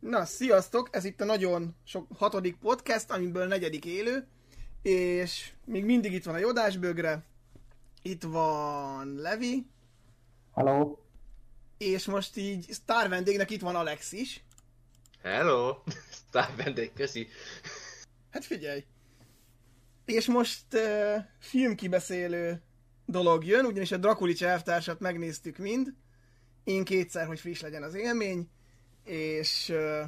Na, sziasztok! Ez itt a nagyon sok 6. podcast, amiből 4. élő, és még mindig itt van a Jodásbögre, itt van Levi, Hello! és most így sztár vendégnek itt van Alex is. Hello! Sztár vendég, köszi! Hát figyelj! És most filmkibeszélő dolog jön, ugyanis a Drakulics elvtársat megnéztük mind, én kétszer, hogy friss legyen az élmény, és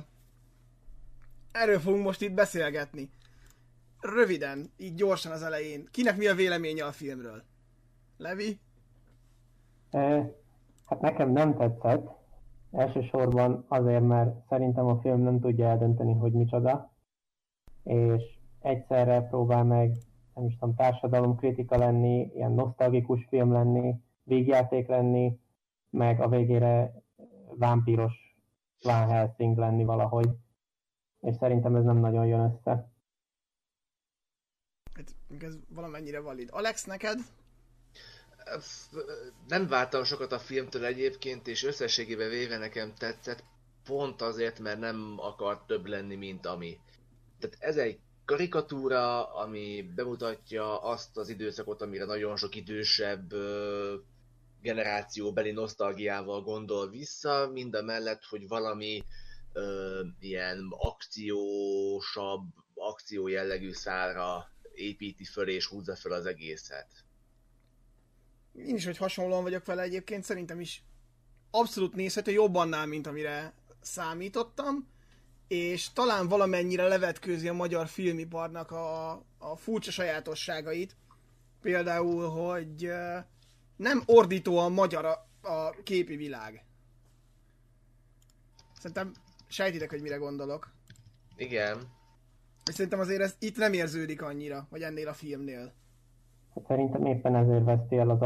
erről fogunk most itt beszélgetni. Röviden, így gyorsan az elején. Kinek mi a véleménye a filmről? Levi? Hát nekem nem tetszett. Elsősorban azért, mert szerintem a film nem tudja eldönteni, hogy micsoda. És egyszerre próbál meg, nem is tudom, társadalomkritika lenni, ilyen nosztalgikus film lenni, vígjáték lenni, meg a végére vámpíros Van Helsing lenni valahogy. És szerintem ez nem nagyon jön össze. Hát ez valamennyire valid. Alex, neked? Nem vártam sokat a filmtől egyébként, és összességében véve nekem tetszett, pont azért, mert nem akart több lenni, mint ami. Tehát ez egy karikatúra, ami bemutatja azt az időszakot, amire nagyon sok idősebb generációbeli nosztalgiával gondol vissza, mind a mellett, hogy valami ilyen akciósabb, akciójellegű szálra építi föl és húzza föl az egészet. Én is, hogy hasonlóan vagyok vele egyébként, szerintem is abszolút nézhető, jobb annál, mint amire számítottam, és talán valamennyire levetkőzi a magyar filmiparnak a furcsa sajátosságait. Például, hogy nem ordítóan magyar a képi világ. Szerintem sejtitek, hogy mire gondolok. Igen. És szerintem azért ez itt nem érződik annyira, vagy ennél a filmnél. Hát szerintem éppen ezért veszti el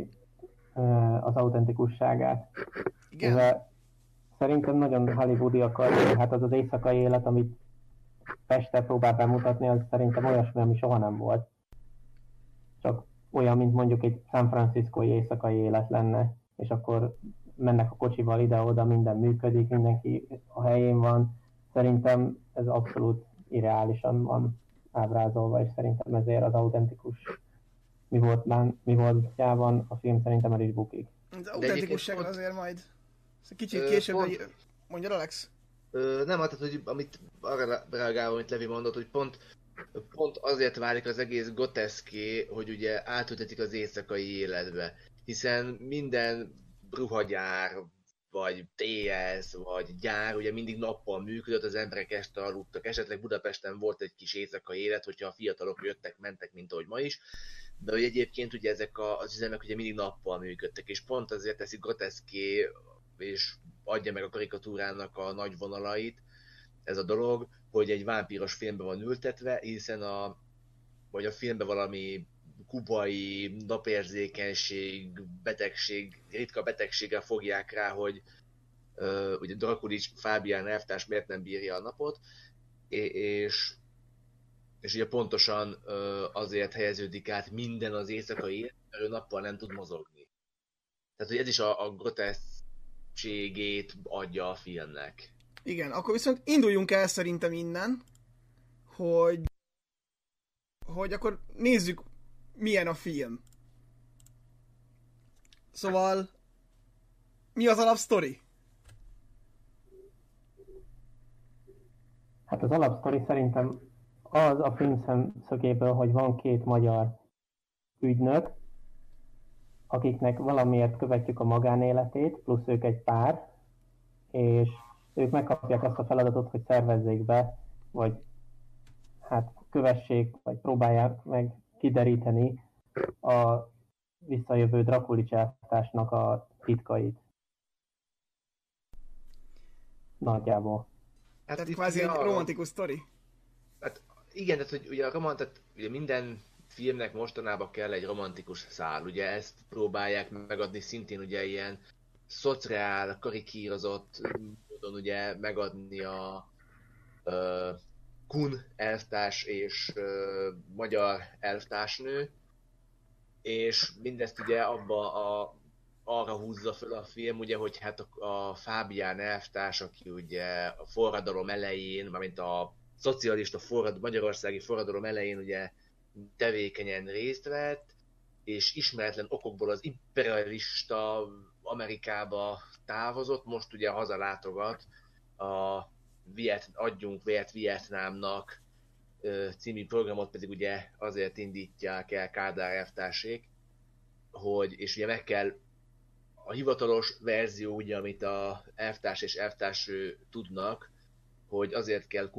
az autentikusságát. Igen? Mivel szerintem nagyon hollywoodi akar, hát az az éjszakai élet, amit Pestre próbál bemutatni, az szerintem olyasmi, ami soha nem volt. Csak olyan, mint mondjuk egy San Franciscói éjszakai élet lenne, és akkor mennek a kocsival ide-oda, minden működik, mindenki a helyén van. Szerintem ez abszolút irreálisan van ábrázolva, és szerintem ezért az autentikus mi voltjában a film szerintem el is bukik. Az autentikusságra azért majd kicsit később, mondja Alex? Nem, hát, hogy amit arra reagálva, amit Levi mondott, hogy pont azért válik az egész groteszké, hogy ugye átültetik az éjszakai életbe. Hiszen minden ruhagyár, vagy TS, vagy gyár ugye mindig nappal működött, az emberek este aludtak. Esetleg Budapesten volt egy kis éjszakai élet, hogyha a fiatalok jöttek, mentek, mint ahogy ma is. De hogy egyébként ugye ezek az üzemek ugye mindig nappal működtek, és pont azért teszik groteszké, és adja meg a karikatúrának a nagy vonalait ez a dolog, hogy egy vámpíros filmbe van ültetve, hiszen a filmben valami kubai napérzékenység, betegség, ritka betegséggel fogják rá, hogy ugye Drakulics Fábián elvtárs miért nem bírja a napot, és ugye pontosan azért helyeződik át minden az éjszakai élet, mert ő nappal nem tud mozogni. Tehát, hogy ez is a groteszkségét adja a filmnek. Igen, akkor viszont induljunk el szerintem innen, hogy akkor nézzük, milyen a film. Szóval, mi az alapsztori? Hát az alapsztori szerintem az a film szemszögéből, hogy van két magyar ügynök, akiknek valamiért követjük a magánéletét, plusz ők egy pár, és ők megkapják azt a feladatot, hogy szervezzék be, vagy hát kövessék, vagy próbálják meg kideríteni a visszajövő Drakulics elvtársnak a titkait. Nagyjából. Hát tehát kvázi egy romantikus sztori. Hát igen, tehát hogy ugye ugye minden filmnek mostanában kell egy romantikus szál, ugye ezt próbálják megadni szintén ugye ilyen szociál, karikírozott módon ugye megadni a kun elvtárs és magyar elvtársnő, és mindezt ugye abba arra húzza fel a film, ugye, hogy hát a Fábián elvtárs, aki ugye a forradalom elején, mármint a szocialista magyarországi forradalom elején ugye tevékenyen részt vett, és ismeretlen okokból az imperialista Amerikába távozott, most ugye hazalátogat a Adjunk vért Vietnámnak című programot pedig ugye azért indítják el Kádár elvtársék, hogy, és ugye meg kell a hivatalos verzió, ugye, amit a elvtárs és elvtárs tudnak, hogy azért kell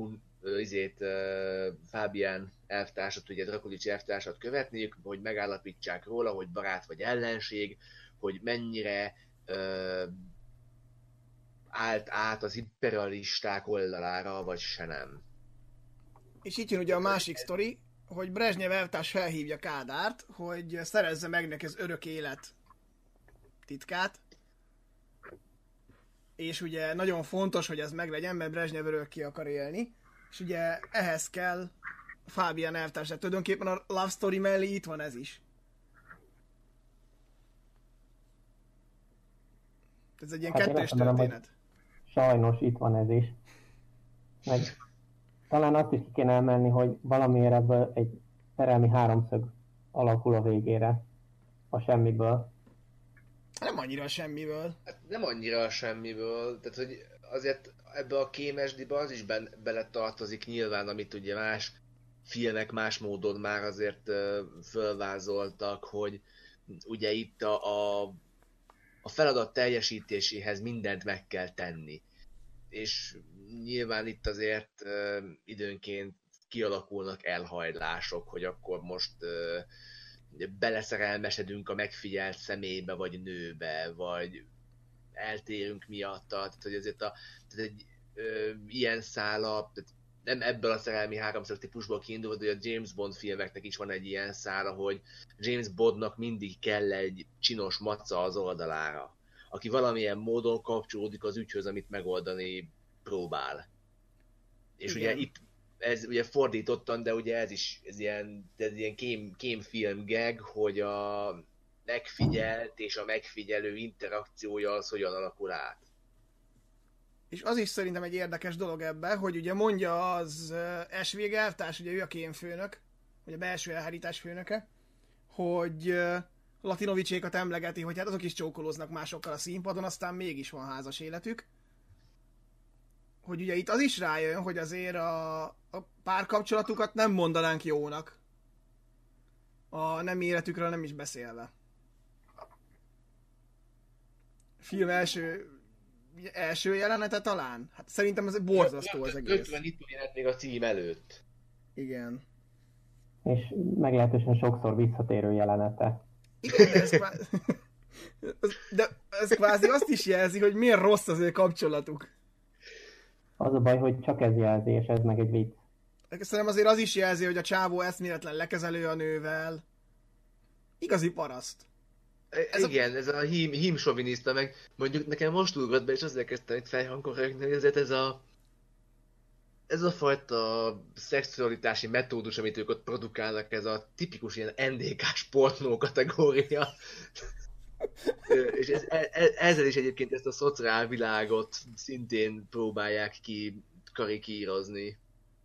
Fábián elvtársat, ugye Drakulics elvtársat követniük, hogy megállapítsák róla, hogy barát vagy ellenség, hogy mennyire állt át az imperialisták oldalára, vagy se nem. És itt jön ugye a másik sztori, hogy Brezsnyev elvtárs felhívja Kádárt, hogy szerezze meg neki az örök élet titkát. És ugye nagyon fontos, hogy ez meglegyen, mert Brezsnyev örökké akar élni. És ugye ehhez kell Fábián elvtárs. Tehát tulajdonképpen a love story mellé itt van ez is. Ez egy ilyen kettős történet. Sajnos itt van ez is. Meg talán azt is ki kéne emelni, hogy valamiért ebből egy szerelmi háromszög alakul a végére. A semmiből. Nem annyira a semmiből. Hát nem annyira a semmiből, tehát hogy azért ebbe a kémesdiba az is bele tartozik nyilván, amit ugye más filmek más módon már azért fölvázoltak, hogy ugye itt a feladat teljesítéséhez mindent meg kell tenni. És nyilván itt azért időnként kialakulnak elhajlások, hogy akkor most beleszerelmesedünk a megfigyelt személybe, vagy nőbe, vagy eltérünk miatta. Tehát, hogy azért egy ilyen szála, tehát nem ebből a szerelmi háromszög típusból kiindul, hogy a James Bond filmeknek is van egy ilyen szála, hogy James Bondnak mindig kell egy csinos maca az oldalára, aki valamilyen módon kapcsolódik az ügyhöz, amit megoldani próbál. És igen. Ugye itt ez ugye fordítottan, de ugye ez ilyen kémfilm gag, hogy a megfigyelt és a megfigyelő interakciója az hogyan alakul át. És az is szerintem egy érdekes dolog ebben, hogy ugye mondja az Esvég elvtárs, ugye ő a kémfőnök, vagy a belső elhárítás főnöke, hogy Latinovicsékat emlegeti, hogy hát azok is csókolóznak másokkal a színpadon, aztán mégis van házas életük. Hogy ugye itt az is rájön, hogy azért a párkapcsolatukat nem mondanánk jónak. A nem életükről nem is beszélve. Film első jelenete talán? Hát szerintem ez borzasztó az egész. 50 itt jelent még a cím előtt. Igen. És meglehetősen sokszor visszatérő jelenete. Igen, de ez kvázi azt is jelzi, hogy miért rossz az ő kapcsolatuk. Az a baj, hogy csak ez jelzi, és ez meg egy vicc. Szerintem azért az is jelzi, hogy a csávó eszméletlen lekezelő a nővel. Igazi paraszt. Igen, ez a hímsoviniszta, meg mondjuk nekem most ugrott be, és azért kezdtem itt fejhangon rögni, hogy ezért ez a fajta szexualitási metódus, amit ők ott produkálnak, ez a tipikus ilyen NDK-s pornó kategória. És ezzel is egyébként ezt a szociál világot szintén próbálják ki karikírozni.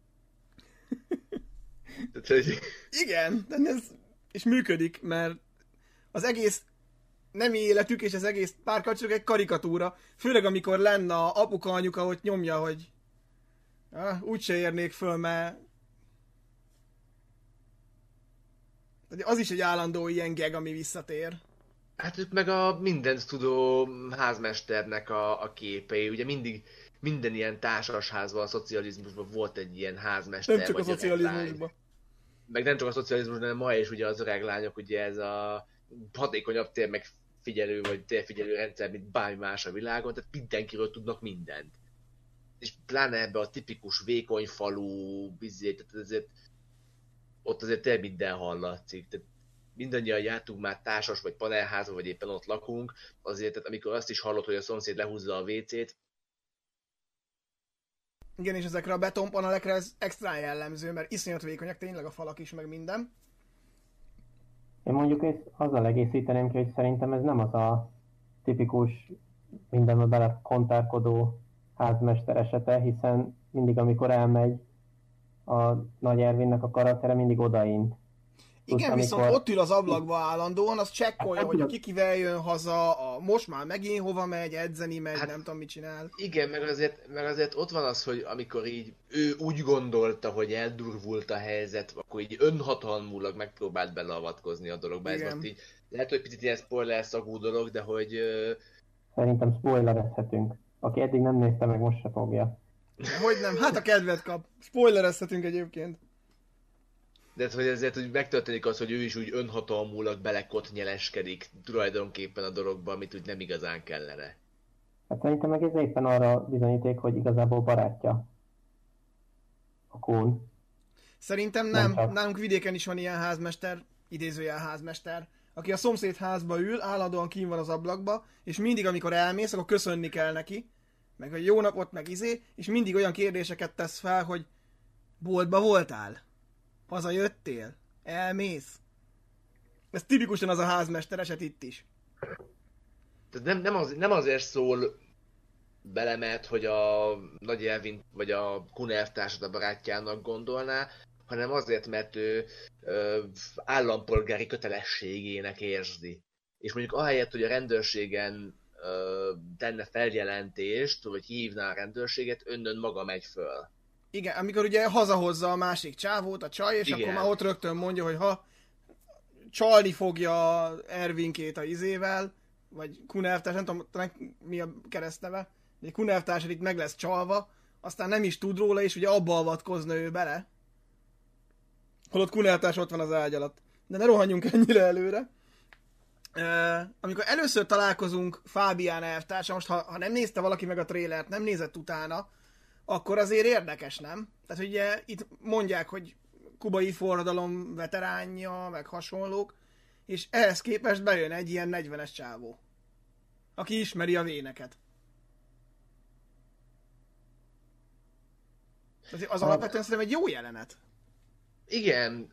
Igen, de ez és működik, mert az egész nemi életük és az egész párkapcsolatuk egy karikatúra. Főleg amikor lenne a apuka anyuka, hogy nyomja, hogy úgyse érnék föl, mert az is egy állandó ilyen gag, ami visszatér. Hát ők meg a mindent tudó házmesternek a képei. Ugye minden ilyen társasházban, a szocializmusban volt egy ilyen házmester. Nem csak a szocializmusban. Meg nem csak a szocializmusban, hanem ma is ugye az öreg lányok, ugye ez a hatékonyabb térmegfigyelő vagy térfigyelő rendszer, mint bármi más a világon, tehát mindenkiről tudnak mindent. És pláne ebbe a tipikus vékony falu, tehát azért, ott azért tényleg minden hallatszik. Tehát mindannyian jártunk már társas vagy panelházba, vagy éppen ott lakunk, azért, tehát amikor azt is hallod, hogy a szomszéd lehúzza a WC-t. Igen, és ezekre a betonpanelekre ez extra jellemző, mert iszonyat vékonyak tényleg a falak is, meg minden. Én mondjuk ezt azzal egészíteném ki, hogy szerintem ez nem az a tipikus mindenbe bele kontárkodó házmester esete, hiszen mindig, amikor elmegy a Nagy Ervinnek a karaktere, mindig odaint. Igen, viszont ott ül az ablakba állandóan, az csekkolja, hogy ki kivel jön haza, most már megint hova megy, edzeni megy, hát, nem tudom mit csinál. Igen, meg azért ott van az, hogy amikor így ő úgy gondolta, hogy eldurvult a helyzet, akkor így önhatalmulag megpróbált beleavatkozni a dologba. Igen. Ez most így, lehet, hogy picit ilyen spoiler szagú dolog, de hogy... Szerintem spoilerezhetünk. Aki eddig nem nézte meg, most se fogja. Hogy nem? Hát a kedvet kap. Spoilerezhetünk egyébként. De hogy ezért úgy megtörténik az, hogy ő is úgy önhatalmulag belekotnyeleskedik tulajdonképpen a dologba, amit úgy nem igazán kellene. Hát szerintem meg ez éppen arra bizonyíték, hogy igazából barátja a Kun. Szerintem nem. Nálunk vidéken is van ilyen házmester, idézőjel házmester, aki a szomszéd házba ül, állandóan kín van az ablakba, és mindig, amikor elmész, akkor köszönni kell neki, meg hogy jó napot, meg és mindig olyan kérdéseket tesz fel, hogy boltba voltál? Hazajöttél? Elmész? Ez tipikusan az a házmester eset itt is. Tehát nem azért szól belemet, hogy a Nagy Elvin vagy a Kun elvtársat a barátjának gondolná, hanem azért, mert ő állampolgári kötelességének érzi. És mondjuk ahelyett, hogy a rendőrségen tenne feljelentést, vagy hívná a rendőrséget, önnön maga megy föl. Igen, amikor ugye hazahozza a másik csávót, a csaj, és igen, akkor már ott rögtön mondja, hogy ha csalni fogja Ervinkét a izével, vagy Kun elvtárs, nem tudom mi a keresztneve, de Kun elvtárs itt meg lesz csalva, aztán nem is tud róla, és ugye abba avatkozna ő bele. Holott Kun elvtárs ott van az ágy alatt. De ne rohanjunk ennyire előre. Amikor először találkozunk Fábián elvtársa, most ha nem nézte valaki meg a trélert, nem nézett utána, akkor azért érdekes, nem? Tehát ugye itt mondják, hogy kubai forradalom veteránja, meg hasonlók, és ehhez képest bejön egy ilyen 40-es csávó, aki ismeri a véneket. Az alapvetően szerintem egy jó jelenet. Igen.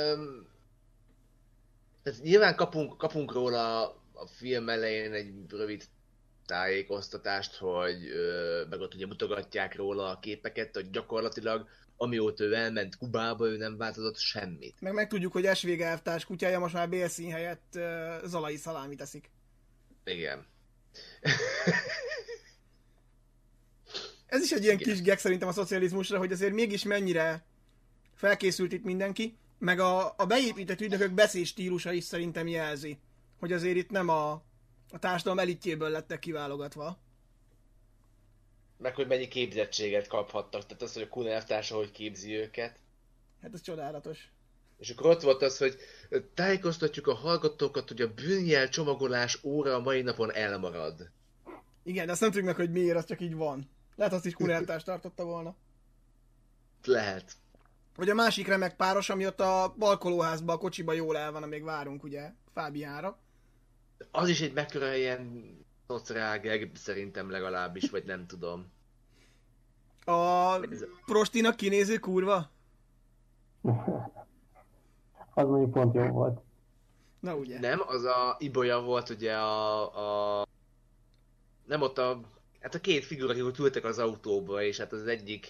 Tehát nyilván kapunk róla a film elején egy rövid tájékoztatást, hogy meg ott ugye mutogatják róla a képeket, hogy gyakorlatilag amióta ő elment Kubába, ő nem változott semmit. Meg tudjuk, hogy Esvég elvtárs kutyája most már bélszín helyett zalai szalámit eszik. Igen. Ez is egy ilyen kis gag szerintem a szocializmusra, hogy azért mégis mennyire felkészült itt mindenki, meg a beépített ügynökök beszédstílusa is szerintem jelzi, hogy azért itt nem a társadalom elitjéből lettek kiválogatva. Meg hogy mennyi képzettséget kaphattak, tehát az, hogy a Kun elvtársa hogy képzi őket. Hát ez csodálatos. És akkor ott volt az, hogy tájékoztatjuk a hallgatókat, hogy a bűnjel csomagolás óra a mai napon elmarad. Igen, de azt nem tudjuk meg, hogy miért, az csak így van. Lehet azt is Kun elvtárs tartotta volna. Lehet. Vagy a másik remek páros, ami ott a balkolóházban, a kocsiba jól el van, amíg várunk ugye Fábiánra. Az is egy mekkora ilyen szociálgeg, szerintem legalábbis, vagy nem tudom. A prostinak kinéző kurva? Az mondjuk pont jó volt. Na ugye. Nem, az a Ibolya volt ugye nem ott hát a két figura, akik ott ültek az autóba, és hát az egyik...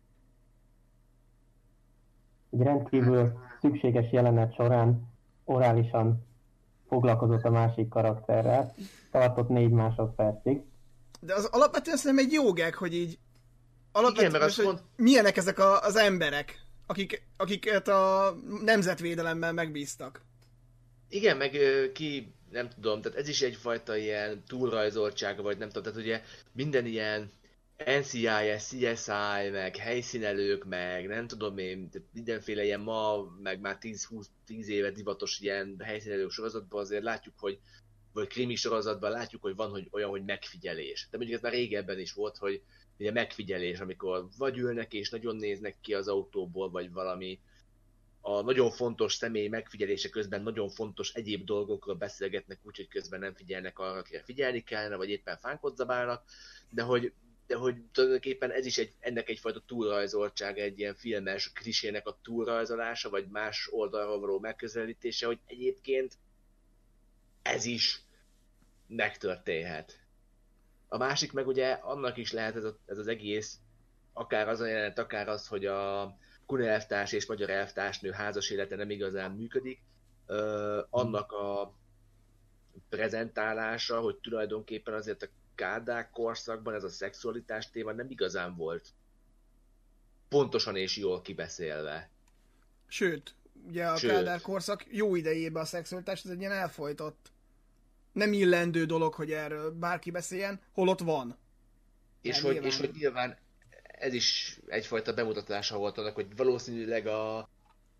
Egy rendkívül szükséges jelenet során orálisan foglalkozott a másik karakterrel, tartott 4 másodpercig. De az alapvetően szerintem egy jó gag, hogy így alapvetően, igen, mert hogy milyenek ezek az emberek, akiket a nemzetvédelemben megbíztak. Igen, meg nem tudom, tehát ez is egyfajta ilyen túlrajzoltsága, vagy nem tudom, tehát ugye minden ilyen NCIS, CSI, meg helyszínelők, meg nem tudom én, mindenféle ilyen meg már 10-20 éve divatos ilyen helyszínelők sorozatban azért látjuk, hogy vagy krimi sorozatban látjuk, hogy van olyan, hogy megfigyelés. De mondjuk ez már régebben is volt, hogy ugye megfigyelés, amikor vagy ülnek és nagyon néznek ki az autóból, vagy valami a nagyon fontos személy megfigyelése közben nagyon fontos egyéb dolgokról beszélgetnek, úgyhogy közben nem figyelnek arra, akire figyelni kellene, vagy éppen fánkot zabálnak, de hogy tulajdonképpen ez is ennek egyfajta túlrajzoltsága, egy ilyen filmes klisének a túlrajzolása, vagy más oldalról való megközelítése, hogy egyébként ez is megtörténhet. A másik meg ugye annak is lehet ez az egész, akár az a jelenet, akár az, hogy a kun elvtárs és magyar elvtársnő házas élete nem igazán működik, annak a prezentálása, hogy tulajdonképpen azért a Kádár korszakban ez a szexualitás téma nem igazán volt pontosan és jól kibeszélve. Sőt, ugye a Kádár korszak jó idejében a szexualitás ez egy ilyen elfojtott, nem illendő dolog, hogy erről bárki beszéljen, holott van. És hogy nyilván ez is egyfajta bemutatása volt annak, hogy valószínűleg a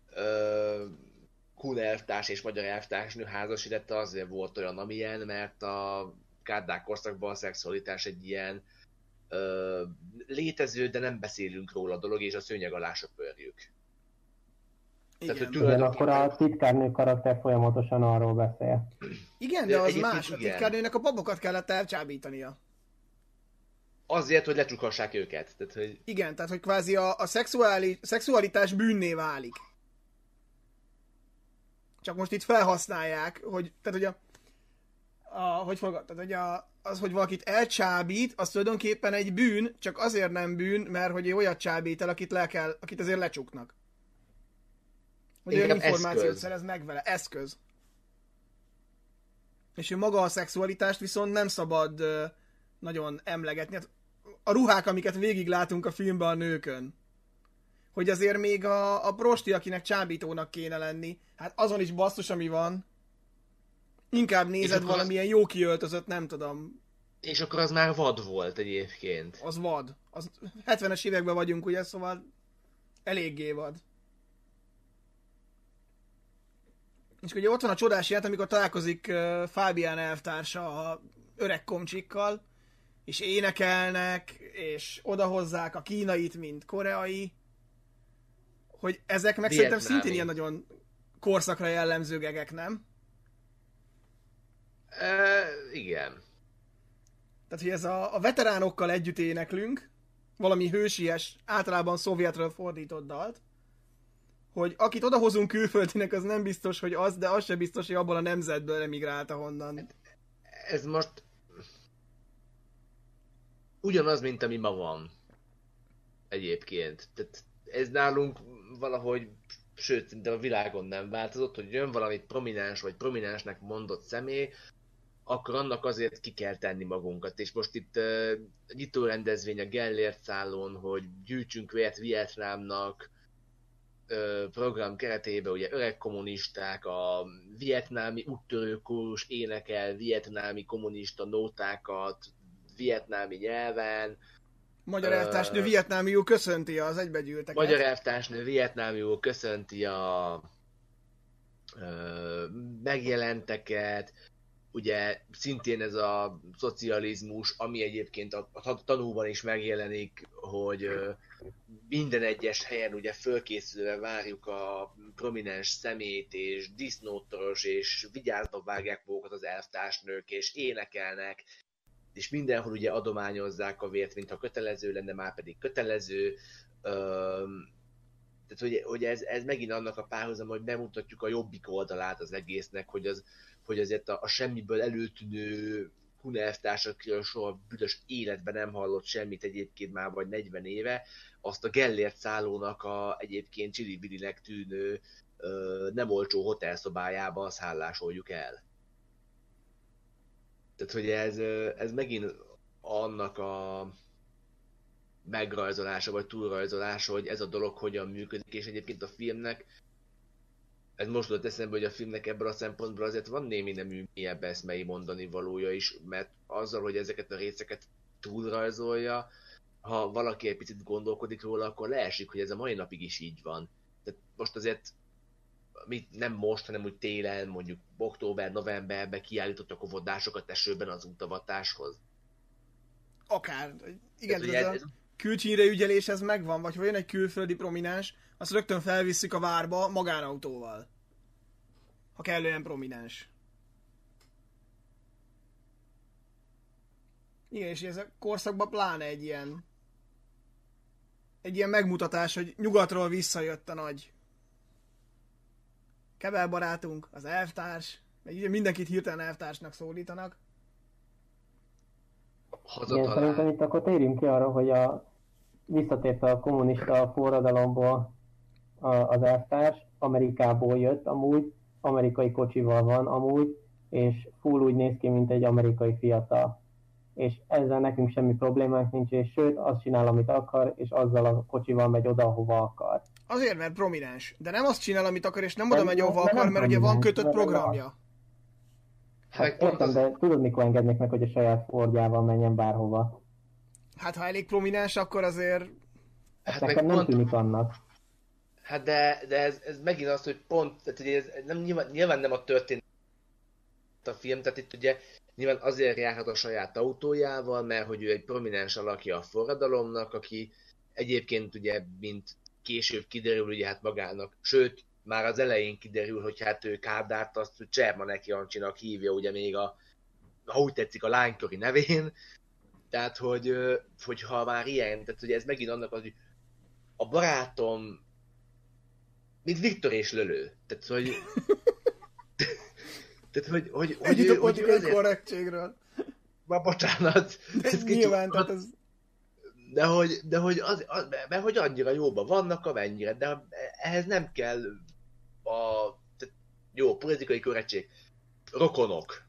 kun elvtárs és magyar elvtársnő házas élete azért volt olyan, amilyen, mert a Kádár korszakban a szexualitás egy ilyen létező, de nem beszélünk róla a dolog, és a szőnyeg alá söpörjük. Igen. Igen, akkor a titkárnő karakter folyamatosan arról beszél. Igen, de az más. Igen. A titkárnőnek a babokat kellett elcsábítania. Azért, hogy lecsukhassák őket. Tehát, hogy... Igen, tehát hogy kvázi a szexualitás bűnné válik. Csak most itt felhasználják, hogy, tehát hogy az, hogy valakit elcsábít, az tulajdonképpen egy bűn, csak azért nem bűn, mert hogy olyat csábít el, akit azért lecsuknak. Hogy olyan információt szerez meg vele. Eszköz. És hogy maga a szexualitást viszont nem szabad nagyon emlegetni. Hát a ruhák, amiket végig látunk a filmben a nőkön. Hogy azért még a prosti, akinek csábítónak kéne lenni, hát azon is basszus, ami van. Inkább nézed valamilyen jó kiöltözött, nem tudom. És akkor az már vad volt egyébként. Az vad. Az 70-es években vagyunk, ugye, szóval eléggé vad. És ugye ott van a csodás jelent, amikor találkozik Fábián elvtársa a öreg komcsikkal, és énekelnek, és odahozzák a kínait, mint koreai, hogy ezek meg szerintem szintén ilyen nagyon korszakra jellemző gegek, nem? Igen. Tehát, hogy ez a veteránokkal együtt éneklünk, valami hősies, általában szovjetről fordított dalt, hogy akit odahozunk külföldinek, az nem biztos, hogy az, de az sem biztos, hogy abból a nemzetből emigrált ahonnan. Ez most ugyanaz, mint ami ma van. Egyébként. Tehát ez nálunk valahogy, sőt, szinte a világon nem változott, hogy jön valami prominens vagy prominensnek mondott személy, akkor annak azért ki kell tenni magunkat. És most itt nyitó rendezvény a Gellért szállón, hogy gyűjtsünk vért Vietnámnak, program keretében ugye öreg kommunisták, a vietnámi úttörő kórus énekel vietnámi kommunista nótákat vietnámi nyelven. Magyar elvtársnő vietnámiul köszönti az egybegyűlteket. Magyar elvtársnő vietnámiul köszönti a megjelenteket. Ugye szintén ez a szocializmus, ami egyébként a tanúban is megjelenik, hogy minden egyes helyen ugye fölkészülve várjuk a prominens szemét, és disznótoros, és vigyázba vágják magukat az elvtársnők, és énekelnek, és mindenhol ugye adományozzák a vért, mintha kötelező lenne, már pedig kötelező. Tehát hogy ez megint annak a párhuzam, hogy bemutatjuk a jobbik oldalát az egésznek, hogy azért a semmiből előtűnő kun elvtársakról soha büdös életben nem hallott semmit egyébként már vagy 40 éve, azt a Gellért szállónak a egyébként csili-bilinek tűnő nem olcsó hotelszobájában szállásoljuk el. Tehát, hogy ez megint annak a megrajzolása vagy túlrajzolása, hogy ez a dolog hogyan működik, és egyébként a filmnek ez most jutott eszembe, hogy a filmnek ebből a szempontból azért van némi nemű mélyebb eszmei mondani valója is, mert azzal, hogy ezeket a részeket túlrajzolja, ha valaki egy picit gondolkodik róla, akkor leesik, hogy ez a mai napig is így van. Tehát most azért nem most, hanem úgy télen, mondjuk október-novemberben kiállítottak óvodásokat esőben az útavatáshoz. Akár. Igen, ez a külcsínre ügyelés ez megvan, vagy ha jön egy külföldi prominens, azt rögtön felvisszük a várba magánautóval. Ha kellően prominens. Igen, és ez a korszakban pláne egy ilyen megmutatás, hogy nyugatról visszajött a nagy Kebel barátunk, az elvtárs, meg mindenkit hirtelen elvtársnak szólítanak. Igen, szerintem itt akkor térjünk ki arra, hogy visszatért a kommunista forradalomból az elvtárs, Amerikából jött amúgy, amerikai kocsival van amúgy, és full úgy néz ki, mint egy amerikai fiatal. És ezzel nekünk semmi problémánk nincs, és sőt, azt csinál, amit akar, és azzal a kocsival megy oda, ahova akar. Azért, mert prominens. De nem azt csinál, amit akar, és nem oda megy, ahova akar, mert ugye van kötött programja. Hát értem, de tudod, mikor engednek meg, hogy a saját Fordjával menjen bárhova? Hát ha elég prominens, akkor azért... Hát nekem nem tűnik annak. Hát de ez megint az, hogy pont, tehát ugye ez nem, nyilván nem a történet a film, tehát itt ugye nyilván azért járhat a saját autójával, mert hogy ő egy prominens alakja a forradalomnak, aki egyébként ugye, mint később kiderül, ugye hát magának, sőt, már az elején kiderül, hogy hát ő Kádárt azt Csermanek Jancsinak hívja, ugye még ha úgy tetszik, a lányköri nevén. Tehát, hogy ha már ilyen, tehát ugye ez megint annak az, hogy a barátom, mint Viktor és Lölő. Tehát, hogy... tehát, Ennyit a politikai korrektségről. Már bocsánat. Ez nyilván, tehát ez... De hogy annyira jóban vannak, amennyire, de ehhez nem kell tehát jó, politikai korrektség, rokonok,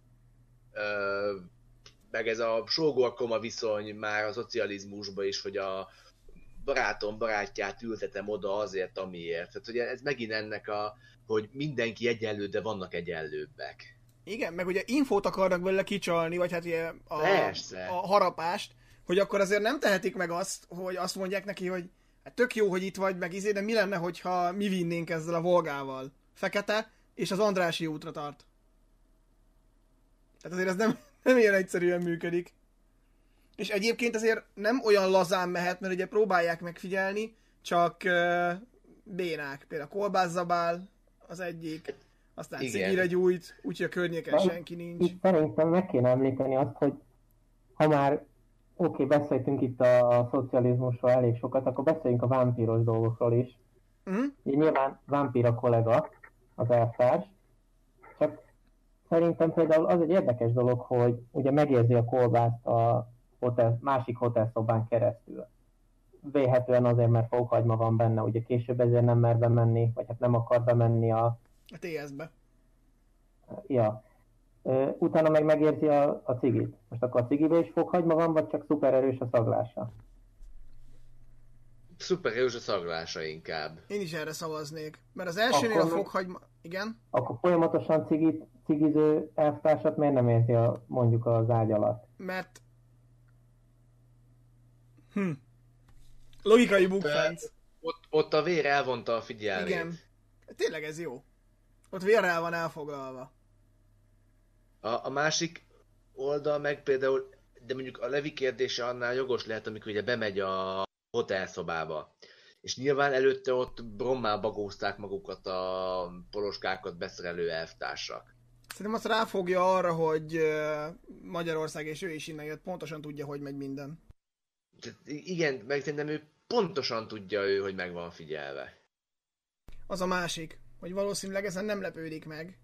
meg ez a sógorkoma viszony már a szocializmusban is, hogy a barátom barátját ültetem oda azért, amiért. Tehát ugye ez megint ennek hogy mindenki egyenlő, de vannak egyenlőbbek. Igen, meg ugye infót akarnak belőle kicsalni, vagy hát ugye a harapást, hogy akkor azért nem tehetik meg azt, hogy azt mondják neki, hogy hát tök jó, hogy itt vagy, meg de mi lenne, hogyha mi vinnénk ezzel a Volgával? Fekete, és az Andrássy útra tart. Tehát azért ez nem ilyen egyszerűen működik. És egyébként azért nem olyan lazán mehet, mert ugye próbálják megfigyelni, csak bénák. Például kolbászabál az egyik, aztán cigire gyújt, úgyhogy a környéken senki nincs. Itt szerintem meg kéne említeni azt, hogy ha már beszéltünk itt a szocializmusról elég sokat, akkor beszéljünk a vámpíros dolgokról is. Nyilván vámpír a kollega, az elvtárs, csak szerintem például az egy érdekes dolog, hogy ugye megérzi a kolbászt a másik hotelszobán keresztül. Véhetően azért, mert fókhagyma van benne, ugye később ezért nem mer bemenni, vagy hát nem akar bemenni a TS-be. Ja. Utána meg megérzi a cigit. Most akkor a cigibe is fókhagyma van, vagy csak szupererős a szaglása? Szupererős a szaglása inkább. Én is erre szavaznék. Mert az elsőnél a fókhagyma... Igen? Akkor folyamatosan cigiző elvtársat miért nem érzi mondjuk az ágy alatt? Mert... Logikai bukfenc. Ott a vér elvonta a figyelmét. Igen. Tényleg ez jó. Ott vérrel van elfoglalva. A másik oldal meg például, de mondjuk a Levi kérdése annál jogos lehet, amikor ugye bemegy a hotelszobába. És nyilván előtte ott brommá bagózták magukat a poloskákat beszerelő elvtársak. Szerintem azt ráfogja arra, hogy Magyarország és ő is innen jött, pontosan tudja, hogy megy minden. Igen, meg szerintem ő pontosan tudja hogy meg van figyelve. Az a másik, hogy valószínűleg ezen nem lepődik meg.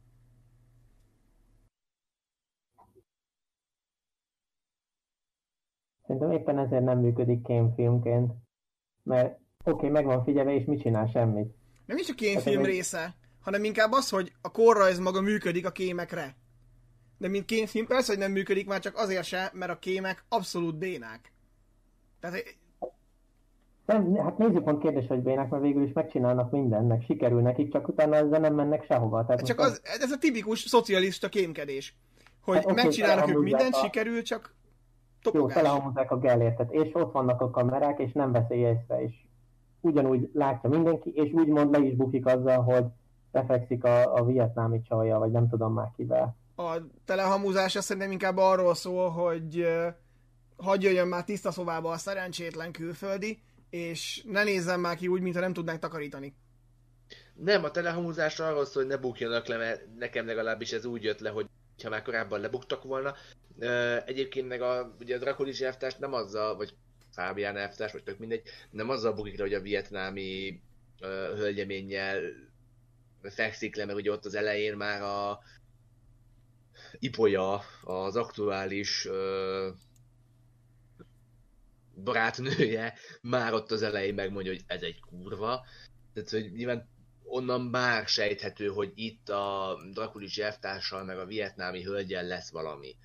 Szerintem éppen ezért nem működik kémfilmként. Mert meg van figyelve, és mit csinál? Semmit. Nem is a kémfilm része, hanem inkább az, hogy a korrajz maga működik a kémekre. De mint kémfilm persze, hogy nem működik, már csak azért se, mert a kémek abszolút bénák. Tehát... Nem, hát nézzük kérdés, hogy bénák, mert végül is megcsinálnak mindennek, sikerül nekik, csak utána ezzel nem mennek sehova. Tehát csak ez a tipikus szocialista kémkedés, hogy hát megcsinálnak ők mindent, sikerül, csak topogás. Jó, telehamozzák a Gellértet, és ott vannak a kamerák, és nem veszi észre, és ugyanúgy látja mindenki, és úgymond le is bukik azzal, hogy lefekszik a vietnámi csajjal, vagy nem tudom már kivel. A telehamuzás szerintem inkább arról szól, hogy hadd jöjjön már tiszta szobába a szerencsétlen külföldi, és ne nézzen már ki úgy, mintha nem tudnánk takarítani. Nem, a telehamuzás arról szól, hogy ne bukjanak le, mert nekem legalábbis ez úgy jött le, hogy ha már korábban lebuktak volna. Egyébként meg ugye a Dracolis elvtárs nem azzal, vagy Fábián elvtárs, vagy tök mindegy, nem azzal bukik le, hogy a vietnámi hölgyeménnyel fekszik le, mert ugye ott az elején már a Ipolya, az aktuális barátnője már ott az elején megmondja, hogy ez egy kurva. Tehát, hogy nyilván onnan már sejthető, hogy itt a Drakulics elvtársal meg a vietnámi hölgyel lesz valami.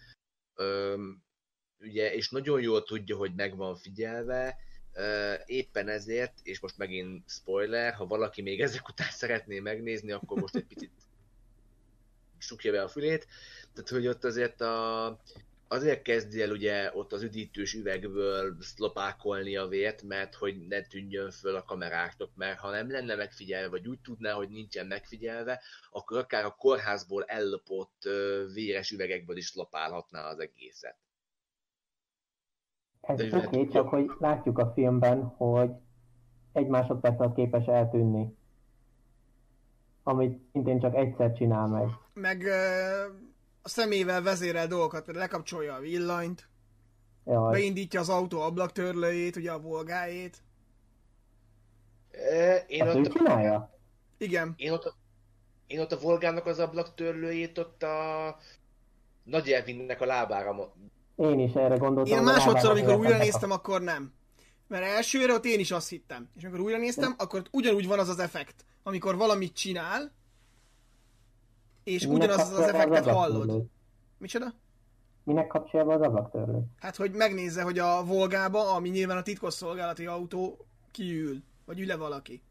Ugye, és nagyon jól tudja, hogy meg van figyelve, éppen ezért, és most megint spoiler, ha valaki még ezek után szeretné megnézni, akkor most egy picit sukja be a fülét. Tehát, hogy ott azért kezdi el ugye ott az üdítős üvegből szlopákolni a vért, mert hogy ne tűnjön föl a kameráknak, mert ha nem lenne megfigyelve, vagy úgy tudná, hogy nincsen megfigyelve, akkor akár a kórházból ellopott véres üvegekből is szlopálhatná az egészet. Ez oké, csak hogy látjuk a filmben, hogy egy másodperc alatt képes eltűnni. Amit szintén csak egyszer csinál meg. Meg a szemével vezérel dolgokat, például lekapcsolja a villanyt, Jaj. beindítja az autó ablaktörlőjét, ugye a Volgájét. Azt ő csinálja? Igen. Én ott a Volgának az ablaktörlőjét ott a Nagy Ervinnek a lábára... Én is erre gondoltam. Én másodszor, amikor újra néztem, akkor nem. Mert elsőre ott én is azt hittem. És amikor újra néztem, akkor ott ugyanúgy van az az effekt, amikor valamit csinál, és ugyanaz az effektet hallod. Micsoda? Minek kapcsolja be az ablaktörlőt? Hát, hogy megnézze, hogy a Volgába, ami nyilván a titkosszolgálati autó, kiül. Vagy ül-e valaki.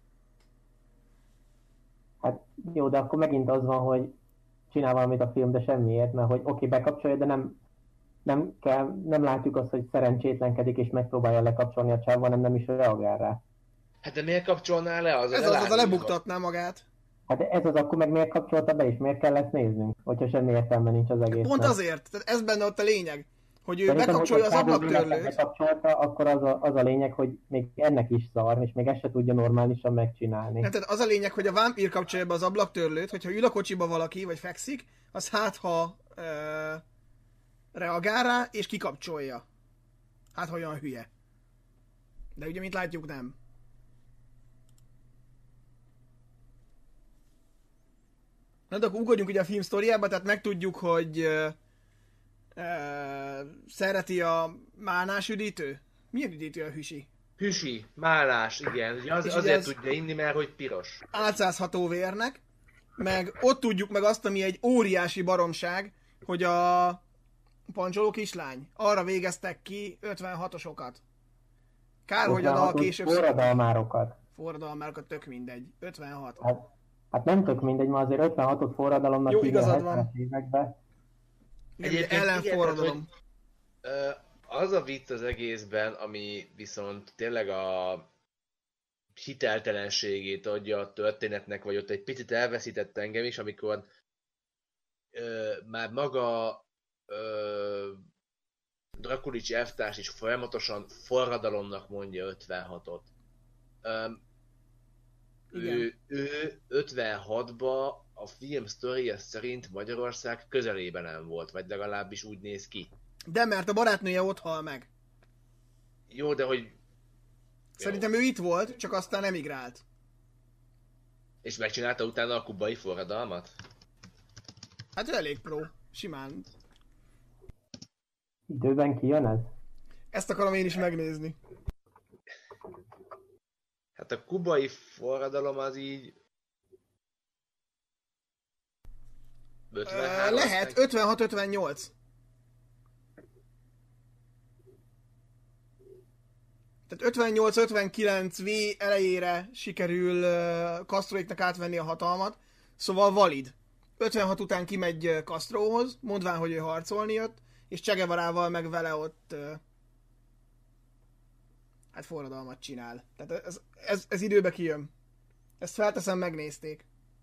Hát jó, de akkor megint az van, hogy csinál valamit a film, de semmiért, mert hogy oké, bekapcsolja, de nem látjuk azt, hogy szerencsétlenkedik és megpróbálja lekapcsolni a csávon, nem is reagál rá. Hát de miért kapcsolná le? Ez az a lebuktatná magát. Hát ez az, akkor meg miért kapcsolta be, és miért kell ezt néznünk, hogyha semmi értelme nincs az egésznek. Pont azért, tehát ez benne ott a lényeg, hogy ő bekapcsolja az ablaktörlőt. Bekapcsolta, akkor az a lényeg, hogy még ennek is szar, és még ezt se tudja normálisan megcsinálni. Hát tehát az a lényeg, hogy a vámpír kapcsolja be az ablaktörlőt, hogyha ül a kocsiba valaki, vagy fekszik, az hát ha reagál rá, és kikapcsolja. Hát ha olyan hülye. De ugye, mint látjuk, nem. Na, de akkor ugorjunk ugye a film sztoriába, tehát megtudjuk, hogy szereti a málnás üdítő. Milyen üdítő a hüsi? Hüsi, málás, igen. Ugye azért tudja inni, mert hogy piros. Álcázható vérnek, meg ott tudjuk meg azt, ami egy óriási baromság, hogy a pancsoló kislány, arra végeztek ki 56-osokat. Kár, hogy a dal később... Forradalmárokat, tök mindegy. 56. Hát nem tök mindegy, ma azért 56-ot forradalomnak jó, igazad van. Években. Ellenforradalom. Az a vicc az egészben, ami viszont tényleg a hiteltelenségét adja a történetnek, vagy ott egy picit elveszített engem is, amikor már maga Drakulics elvtárs is folyamatosan forradalomnak mondja 56-ot. Ő 56-ba a film sztoria szerint Magyarország közelében nem volt, vagy legalábbis úgy néz ki. De mert a barátnője ott hal meg. Jó, de hogy... Szerintem ő itt volt, csak aztán emigrált. És megcsinálta utána a kubai forradalmat? Hát ő elég pro. Simán. Időben kijön ez? Ezt akarom én is megnézni. Hát a kubai forradalom az így... 53 lehet, 56-58. Tehát 58-59 V elejére sikerül Castroéknak átvenni a hatalmat, szóval valid. 56 után kimegy Castrohoz, mondván, hogy ő harcolni jött, és Che Guevarával meg vele ott hát forradalmat csinál. Tehát ez időbe kijön. Ezt felteszem, megnézték.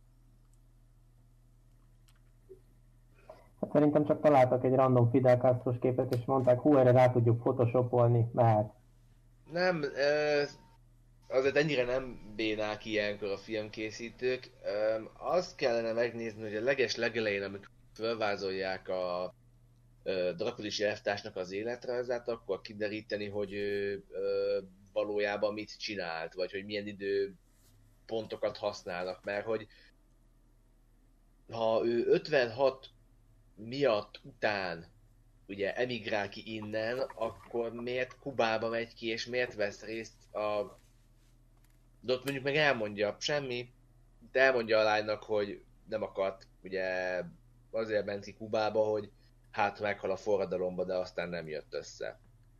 Hát szerintem csak találtak egy random Fidel Castro-s képet, és mondták, hú, erre rá tudjuk photoshopolni, mehet. Nem, azért ennyire nem bénák ilyenkor a filmkészítők. Azt kellene megnézni, hogy a legelején, amikor felvázolják a Drakulics elvtársnak az életrajzát, akkor kideríteni, hogy ő valójában mit csinált, vagy hogy milyen időpontokat használnak, mert hogy ha ő 56 miatt után ugye emigrál ki innen, akkor miért Kubába megy ki, és miért vesz részt de ott mondjuk meg elmondja, semmi, de elmondja a lánynak, hogy nem akart, ugye azért ment ki Kubába, hogy hát meghal a forradalomba, de aztán nem jött össze.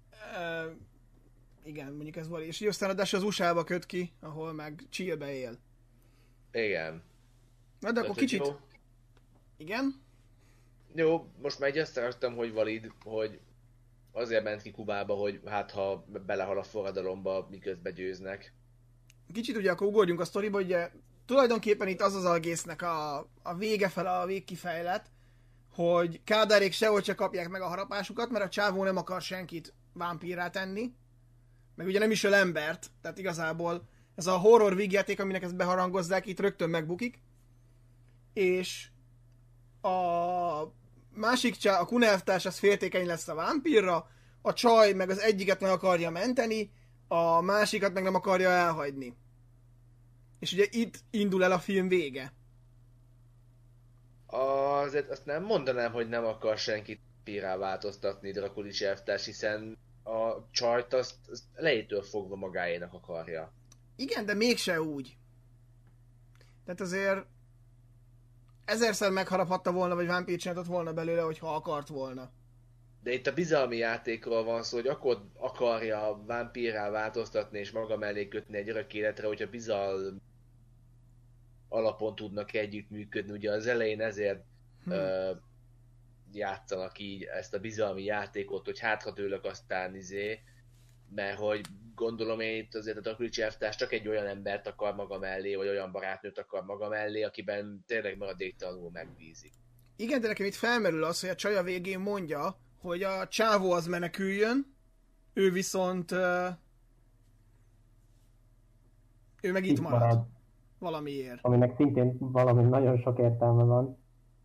Igen, mondjuk ez volt. És így aztán az USA-ba köt ki, ahol meg chillbe él. Igen. Na de akkor kicsit... Jó, Igen? jó, most már így összeraktam, hogy valid, hogy azért ment ki Kubába, hogy hát ha belehal a forradalomba, miközben győznek. Kicsit ugye akkor ugorjunk a sztoriba, ugye tulajdonképpen itt az egésznek a vége fel, a végkifejlet, hogy Kádárék sehol se kapják meg a harapásukat, mert a csávó nem akar senkit vámpírrá tenni, meg ugye nem is öl embert, tehát igazából ez a horror vígjáték, aminek ezt beharangozzák, itt rögtön megbukik, és a másik a kunelvtárs az féltékeny lesz a vámpírra, a csaj meg az egyiket meg akarja menteni, a másikat meg nem akarja elhagyni. És ugye itt indul el a film vége. Azért azt nem mondanám, hogy nem akar senkit pírá változtatni Drakulis elvtárs, hiszen a csajt azt elejétől fogva magáénak akarja. Igen, de mégse úgy. Tehát azért ezerszer megharaphatta volna, vagy vámpírt csináltott volna belőle, hogyha akart volna. De itt a bizalmi játékról van szó, hogy akkor akarja vámpírrá változtatni és maga mellé kötni egy örök életre, hogyha bizalmi alapon tudnak együttműködni. Ugye az elején ezért játszanak így ezt a bizalmi játékot, hogy hátradőlök aztán mert hogy gondolom én itt azért a Drakulis elvtárs csak egy olyan embert akar maga mellé, vagy olyan barátnőt akar maga mellé, akiben tényleg maradéktalanul megbízik. Igen, de nekem itt felmerül az, hogy a csaj a végén mondja, hogy a csávó az meneküljön, ő viszont ő meg itt marad. Valamiért. Aminek szintén valami nagyon sok értelme van.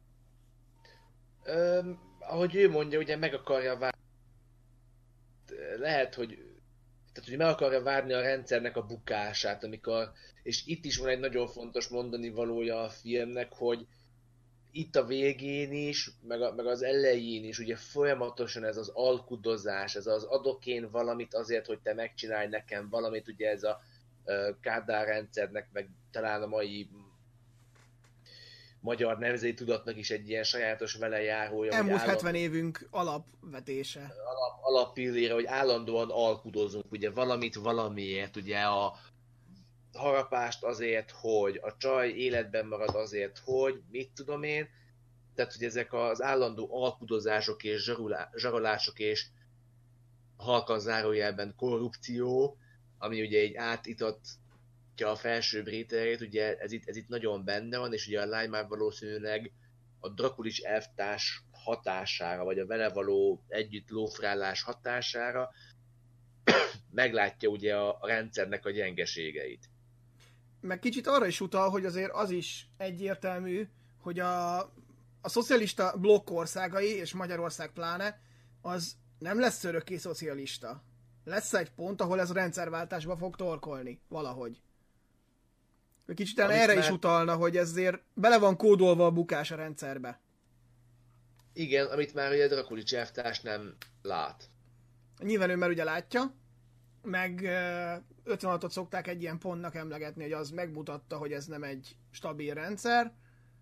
Ahogy ő mondja, ugye meg akarja várni, lehet, hogy tehát, hogy meg akarja várni a rendszernek a bukását, amikor, és itt is van egy nagyon fontos mondani valója a filmnek, hogy itt a végén is, meg az elején is, ugye folyamatosan ez az alkudozás, ez az adok én valamit azért, hogy te megcsinálj nekem valamit, ugye ez a Kádár rendszernek, meg talán a mai magyar nemzeti tudatnak is egy ilyen sajátos velejárója. Elmúlt 70 évünk alapvetése. Alappillére, hogy állandóan alkudozunk, ugye valamit valamiért, ugye a harapást azért, hogy a csaj életben marad azért, hogy mit tudom én, tehát hogy ezek az állandó alkudozások és zsarolások és halkan zárójelben korrupció, ami ugye egy átitatja a felsőbb rétegét, ugye ez itt nagyon benne van, és ugye a lány már valószínűleg a Drakulis elvtárs hatására, vagy a vele való együtt lófrálás hatására meglátja ugye a rendszernek a gyengeségeit. Meg kicsit arra is utal, hogy azért az is egyértelmű, hogy a szocialista blokk országai, és Magyarország pláne, az nem lesz örökké szocialista. Lesz egy pont, ahol ez a rendszerváltásba fog torkolni, valahogy. Kicsit erre is utalna, hogy ezért bele van kódolva a bukás a rendszerbe. Igen, amit már ugye Drakulis elvtárs nem lát. Nyilván ő már ugye látja, meg 56-ot szokták egy ilyen pontnak emlegetni, hogy az megmutatta, hogy ez nem egy stabil rendszer.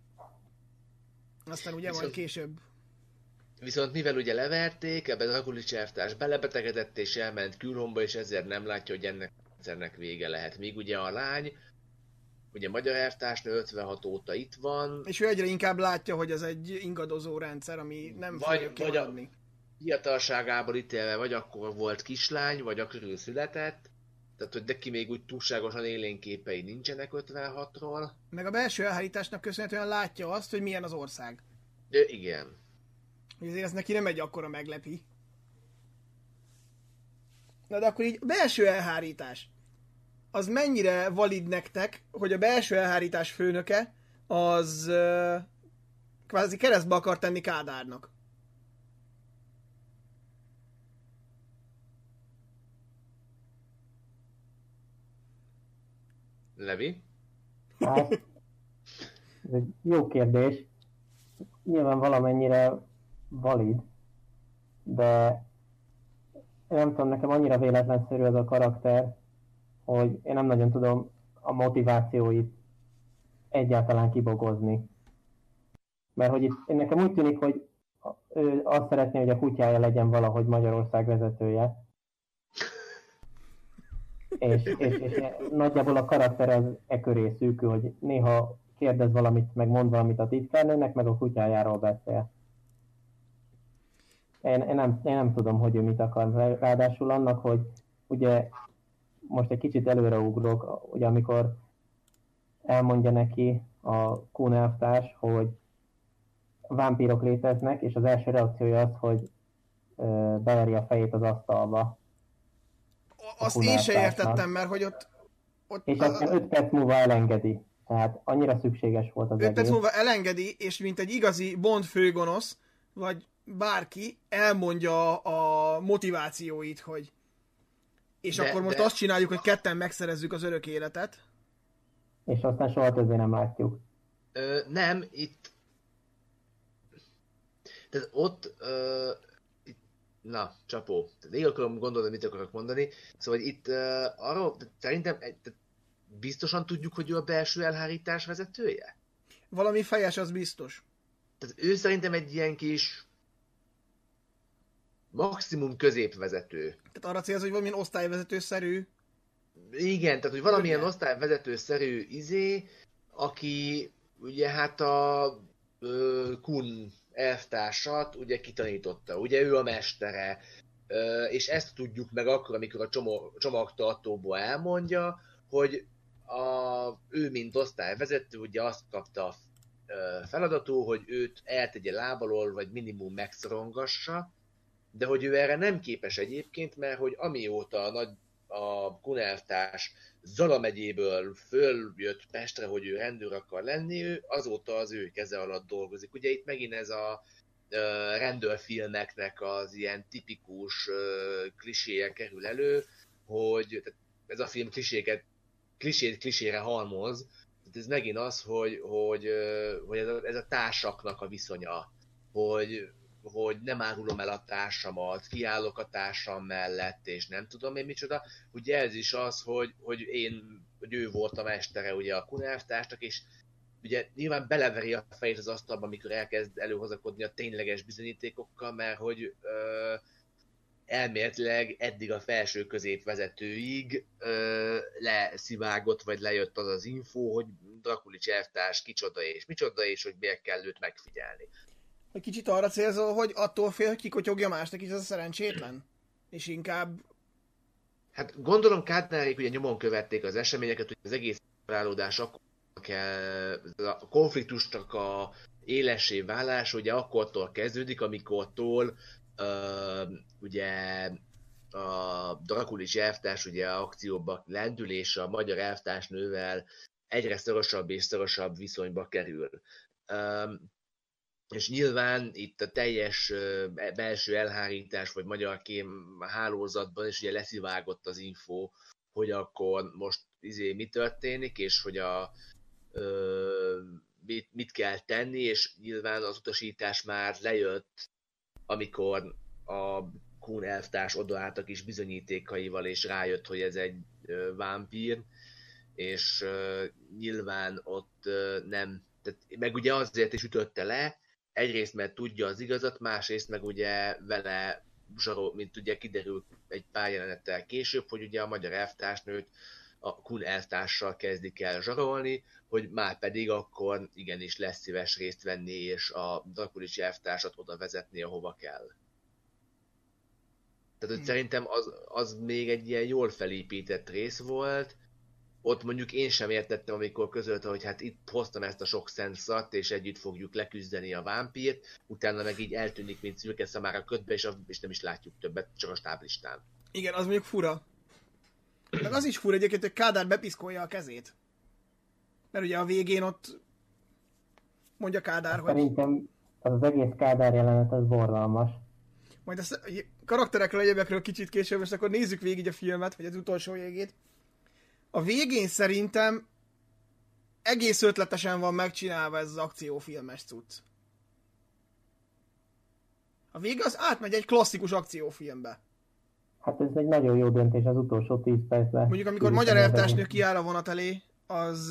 Aztán ugye majd később. Viszont mivel ugye leverték, ebben Drakulis elvtárs belebetegedett és elment külhomba, és ezért nem látja, hogy ennek a rendszernek vége lehet. Míg ugye a lány, ugye magyar elvtársnő 56 óta itt van. És ő egyre inkább látja, hogy ez egy ingadozó rendszer, ami nem fogja kimaradni. Fiatalságából ítélve vagy akkor volt kislány, vagy akkor született. Tehát, hogy neki még úgy túlságosan élénképei nincsenek 56-ról. Meg a belső elhárításnak köszönhetően látja azt, hogy milyen az ország. De igen. Ezért ez neki nem egy akkora meglepi. Na de akkor így belső elhárítás. Az mennyire valid nektek, hogy a belső elhárítás főnöke az kvázi keresztbe akar tenni Kádárnak? Levi? Hát, ez egy jó kérdés. Nyilván valamennyire valid, de nem tudom, nekem annyira véletlenszerű az a karakter, hogy én nem nagyon tudom a motivációit egyáltalán kibogozni. Mert hogy itt nekem úgy tűnik, hogy ő azt szeretné, hogy a kutyája legyen valahogy Magyarország vezetője. És nagyjából a karakter az köré szűkül, hogy néha kérdez valamit, meg mond valamit a titkárnőnek, meg a kutyájáról beszél. Én nem tudom, hogy ő mit akar. Ráadásul annak, hogy ugye most egy kicsit előreugrok, ugye amikor elmondja neki a Kun elvtárs, hogy vámpírok léteznek, és az első reakciója az, hogy beveri a fejét az asztalba. Azt én se értettem, mert hogy ott és aztán 5 perc múlva elengedi. Tehát annyira szükséges volt az 5 perc egész. múlva elengedi, és mint egy igazi Bond főgonosz, vagy bárki elmondja a motivációit, hogy és akkor most azt csináljuk, hogy ketten megszerezzük az örök életet. És aztán soha többé nem látjuk. Nem, itt... Tehát ott... Na, csapó. Én akarom gondolni, mit akarok mondani. Szóval itt arról, szerintem biztosan tudjuk, hogy ő a belső elhárítás vezetője? Valami fejes, az biztos. Tehát ő szerintem egy ilyen kis maximum középvezető. Tehát arra célz, hogy valamilyen osztályvezetőszerű. Igen, tehát hogy valamilyen osztályvezetőszerű aki ugye hát a Kun elvtársat ugye kitanította. Ugye ő a mestere. És ezt tudjuk meg akkor, amikor a csomagtartóból elmondja, hogy ő, mint osztályvezető, ugye azt kapta a feladatul, hogy őt eltegye lábalól, vagy minimum megszorongassa, de hogy ő erre nem képes egyébként, mert hogy amióta a Kun elvtárs Zala megyéből följött Pestre, hogy ő rendőr akar lenni, ő azóta az ő keze alatt dolgozik. Ugye itt megint ez a rendőrfilmeknek az ilyen tipikus kliséje kerül elő, hogy ez a film klisét klisére halmoz, tehát ez megint az, hogy ez a társaknak a viszonya, hogy nem árulom el a társamat, kiállok a társam mellett, és nem tudom én micsoda. Ugye ez is az, hogy ő volt a mestere ugye a Kun elvtársnak, és ugye nyilván beleveri a fejét az asztalba, amikor elkezd előhozakodni a tényleges bizonyítékokkal, mert hogy elméletileg eddig a felső középvezetőig leszivárgott, vagy lejött az az info, hogy Drakulics elvtárs kicsoda és micsoda, és hogy miért kell őt megfigyelni. Egy kicsit arra célzol, hogy attól fél, hogy kikotyogja másnak is az a szerencsétlen? És inkább... Hát gondolom Kádnárék ugye nyomon követték az eseményeket, hogy az egész felállódás akkor a konfliktusnak a élessé válás ugye akkortól kezdődik, amikortól ugye a Drakulics elvtárs ugye akcióba lendül, és a magyar elvtársnővel egyre szorosabb és szorosabb viszonyba kerül. És nyilván itt a teljes belső elhárítás, vagy magyar kém hálózatban is ugye leszivárgott az info, hogy akkor most mi történik, és hogy mit kell tenni, és nyilván az utasítás már lejött, amikor a Kun elvtárs odaállt a kis bizonyítékaival, és rájött, hogy ez egy vámpír, és nyilván ott nem, tehát meg ugye azért is ütötte le, egyrészt mert tudja az igazat, másrészt meg ugye vele zsarol, mint ugye kiderült egy pár jelenettel később, hogy ugye a magyar elvtársnőt a Kun elvtárssal kezdik el zsarolni, hogy már pedig akkor igenis lesz szíves részt venni, és a Drakulics elvtársat oda vezetni, ahova kell. Tehát hogy szerintem az még egy ilyen jól felépített rész volt. Ott mondjuk én sem értettem, amikor közölte, hogy hát itt hoztam ezt a sok szenszart, és együtt fogjuk leküzdeni a vámpírt, utána meg így eltűnik, mint szürke szamára ködbe, és nem is látjuk többet, csak a stáblistán. Igen, az mondjuk fura. Meg az is fura egyébként, hogy Kádár bepiszkolja a kezét. Mert ugye a végén ott mondja Kádár, hogy... Szerintem az egész Kádár jelenet az borzalmas. Majd a karakterekről, egyébekről kicsit később, és akkor nézzük végig a filmet, vagy az utolsó végét. A végén szerintem egész ötletesen van megcsinálva ez az akciófilmes cucc. A vége az átmegy egy klasszikus akciófilmbe. Hát ez egy nagyon jó döntés az utolsó 10 percben. Mondjuk amikor magyar elvtársnő kiáll a vonat elé, az...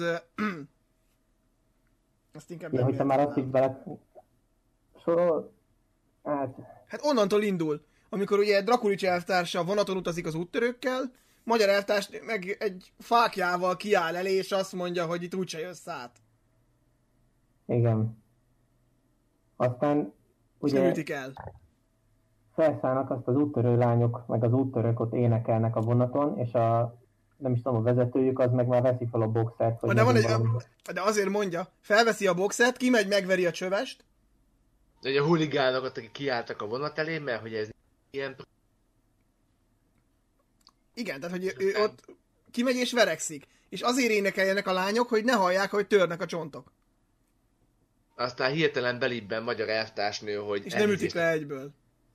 azt inkább Ja, nem hogyha már azt is bele... Sorol... Hát onnantól indul. Amikor ugye Drakulics elvtársa vonaton utazik az úttörőkkel, magyar elvtárs meg egy fákjával kiáll elé, és azt mondja, hogy itt úgyse jössz át. Igen. Aztán ugye Ütik el. felszállnak azt az úttörő lányok, meg az úttörők ott énekelnek a vonaton, és nem is tudom, a vezetőjük az meg már veszi fel a boxert. Hogy de azért mondja, felveszi a boxert, kimegy, megveri a csövest. De ugye a huligánokat, akik kiálltak a vonat elé, mert hogy ez ilyen... Igen, tehát hogy ő ott kimegy és verekszik. És azért énekeljenek a lányok, hogy ne hallják, hogy törnek a csontok. Aztán hirtelen belibben magyar elvtársnő, hogy... És nem ütik le egyből.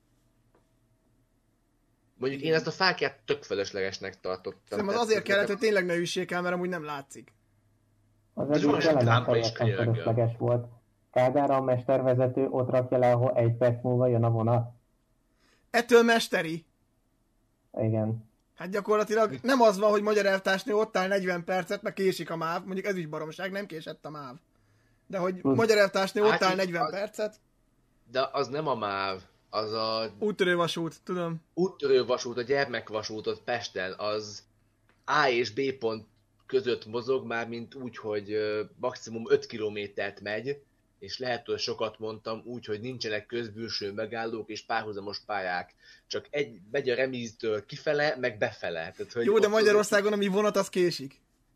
Mondjuk én ezt a fákját tök fölöslegesnek tartottam. Szerintem az azért kellett, hogy tényleg ne üssék el, mert amúgy nem látszik. Az egyik jelenet teljesen fölösleges volt. Kádár a mestervezető ott rakja le, ahol 1 perc múlva jön a vonat. Ettől mesteri. Igen. Hát gyakorlatilag nem az van, hogy magyar elvtársnő ott áll 40 percet, meg késik a MÁV. Mondjuk ez is baromság, nem késett a MÁV. De hogy magyar elvtársnő ott áll 40 percet. De az nem a MÁV, az a... Úttörővasút, tudom. Úttörővasút, a gyermekvasút ott Pesten, az A és B pont között mozog, már mint úgy, hogy maximum 5 kilométert megy, és lehet, hogy sokat mondtam, úgy, hogy nincsenek közbülső megállók és párhuzamos pályák. Csak egy megy a remíztől kifele, meg befele. Tehát, hogy jó, de Magyarországon, ami vonat, az késik.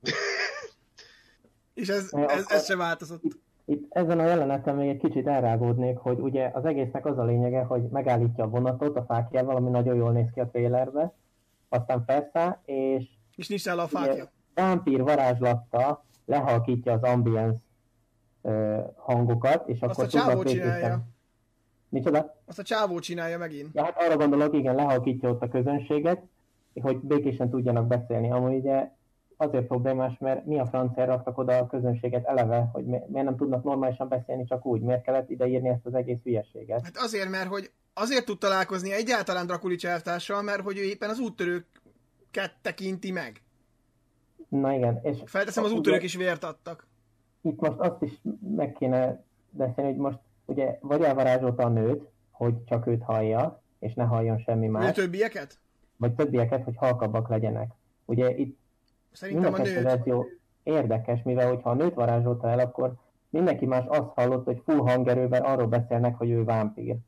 És ez sem változott. Itt ezen a jeleneten még egy kicsit elrágódnék, hogy ugye az egésznek az a lényege, hogy megállítja a vonatot a fákjával, ami nagyon jól néz ki a trailerbe, aztán felszáll, és nincs nála a fákja. Vámpír varázslattal lehalkítja az ambience hangokat, és azt akkor a csávó csinálja. Micsoda? Azt a csávó csinálja megint. Ja, hát arra gondolok, igen, lehalkítja ott a közönséget, hogy békésen tudjanak beszélni. Amúgy ugye azért problémás, mert mi a francia raktak oda a közönséget eleve, hogy miért nem tudnak normálisan beszélni csak úgy, miért kellett ideírni ezt az egész hülyeséget. Hát azért, mert hogy azért tud találkozni egyáltalán Drakulics elvtárssal, mert hogy ő éppen az úttörőket tekinti meg. Na igen, és... Felteszem, az úttörők is vért adtak. Itt most azt is meg kéne beszélni, hogy most ugye vagy elvarázsolta a nőt, hogy csak őt hallja, és ne halljon semmi más. A többieket? Vagy többieket, hogy halkabbak legyenek. Ugye itt szerintem a nőt. Verzió érdekes, mivel hogyha a nőt varázsolta el, akkor mindenki más azt hallott, hogy full hangerővel arról beszélnek, hogy ő vámpír.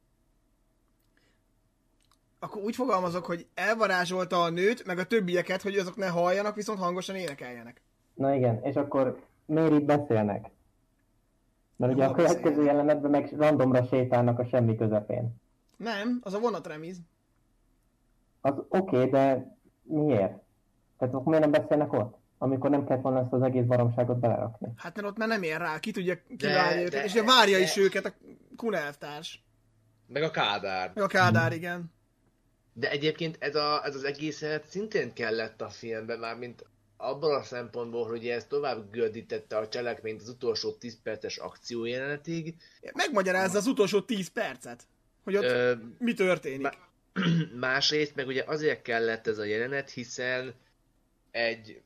Akkor úgy fogalmazok, hogy elvarázsolta a nőt, meg a többieket, hogy azok ne halljanak, viszont hangosan énekeljenek. Na igen, és akkor miért itt beszélnek? Mert ugye a következő jelenetben meg randomra sétálnak a semmi közepén. Nem, az a vonatremiz. Az oké, de miért? Tehát miért nem beszélnek ott? Amikor nem kellett volna ezt az egész baromságot belerakni. Hát mert ott már nem ér rá, ki tudja kiválni őket, és ugye várja is őket a Kun elvtárs. Meg a Kádár. Meg a Kádár, igen. De egyébként ez az egész szintén kellett a filmben, már mint abban a szempontból, hogy ez tovább gördítette a cselekményt az utolsó 10 perces akciójelenetig. Megmagyarázza az utolsó 10 percet, hogy ott mi történik. Másrészt meg ugye azért kellett ez a jelenet, hiszen egy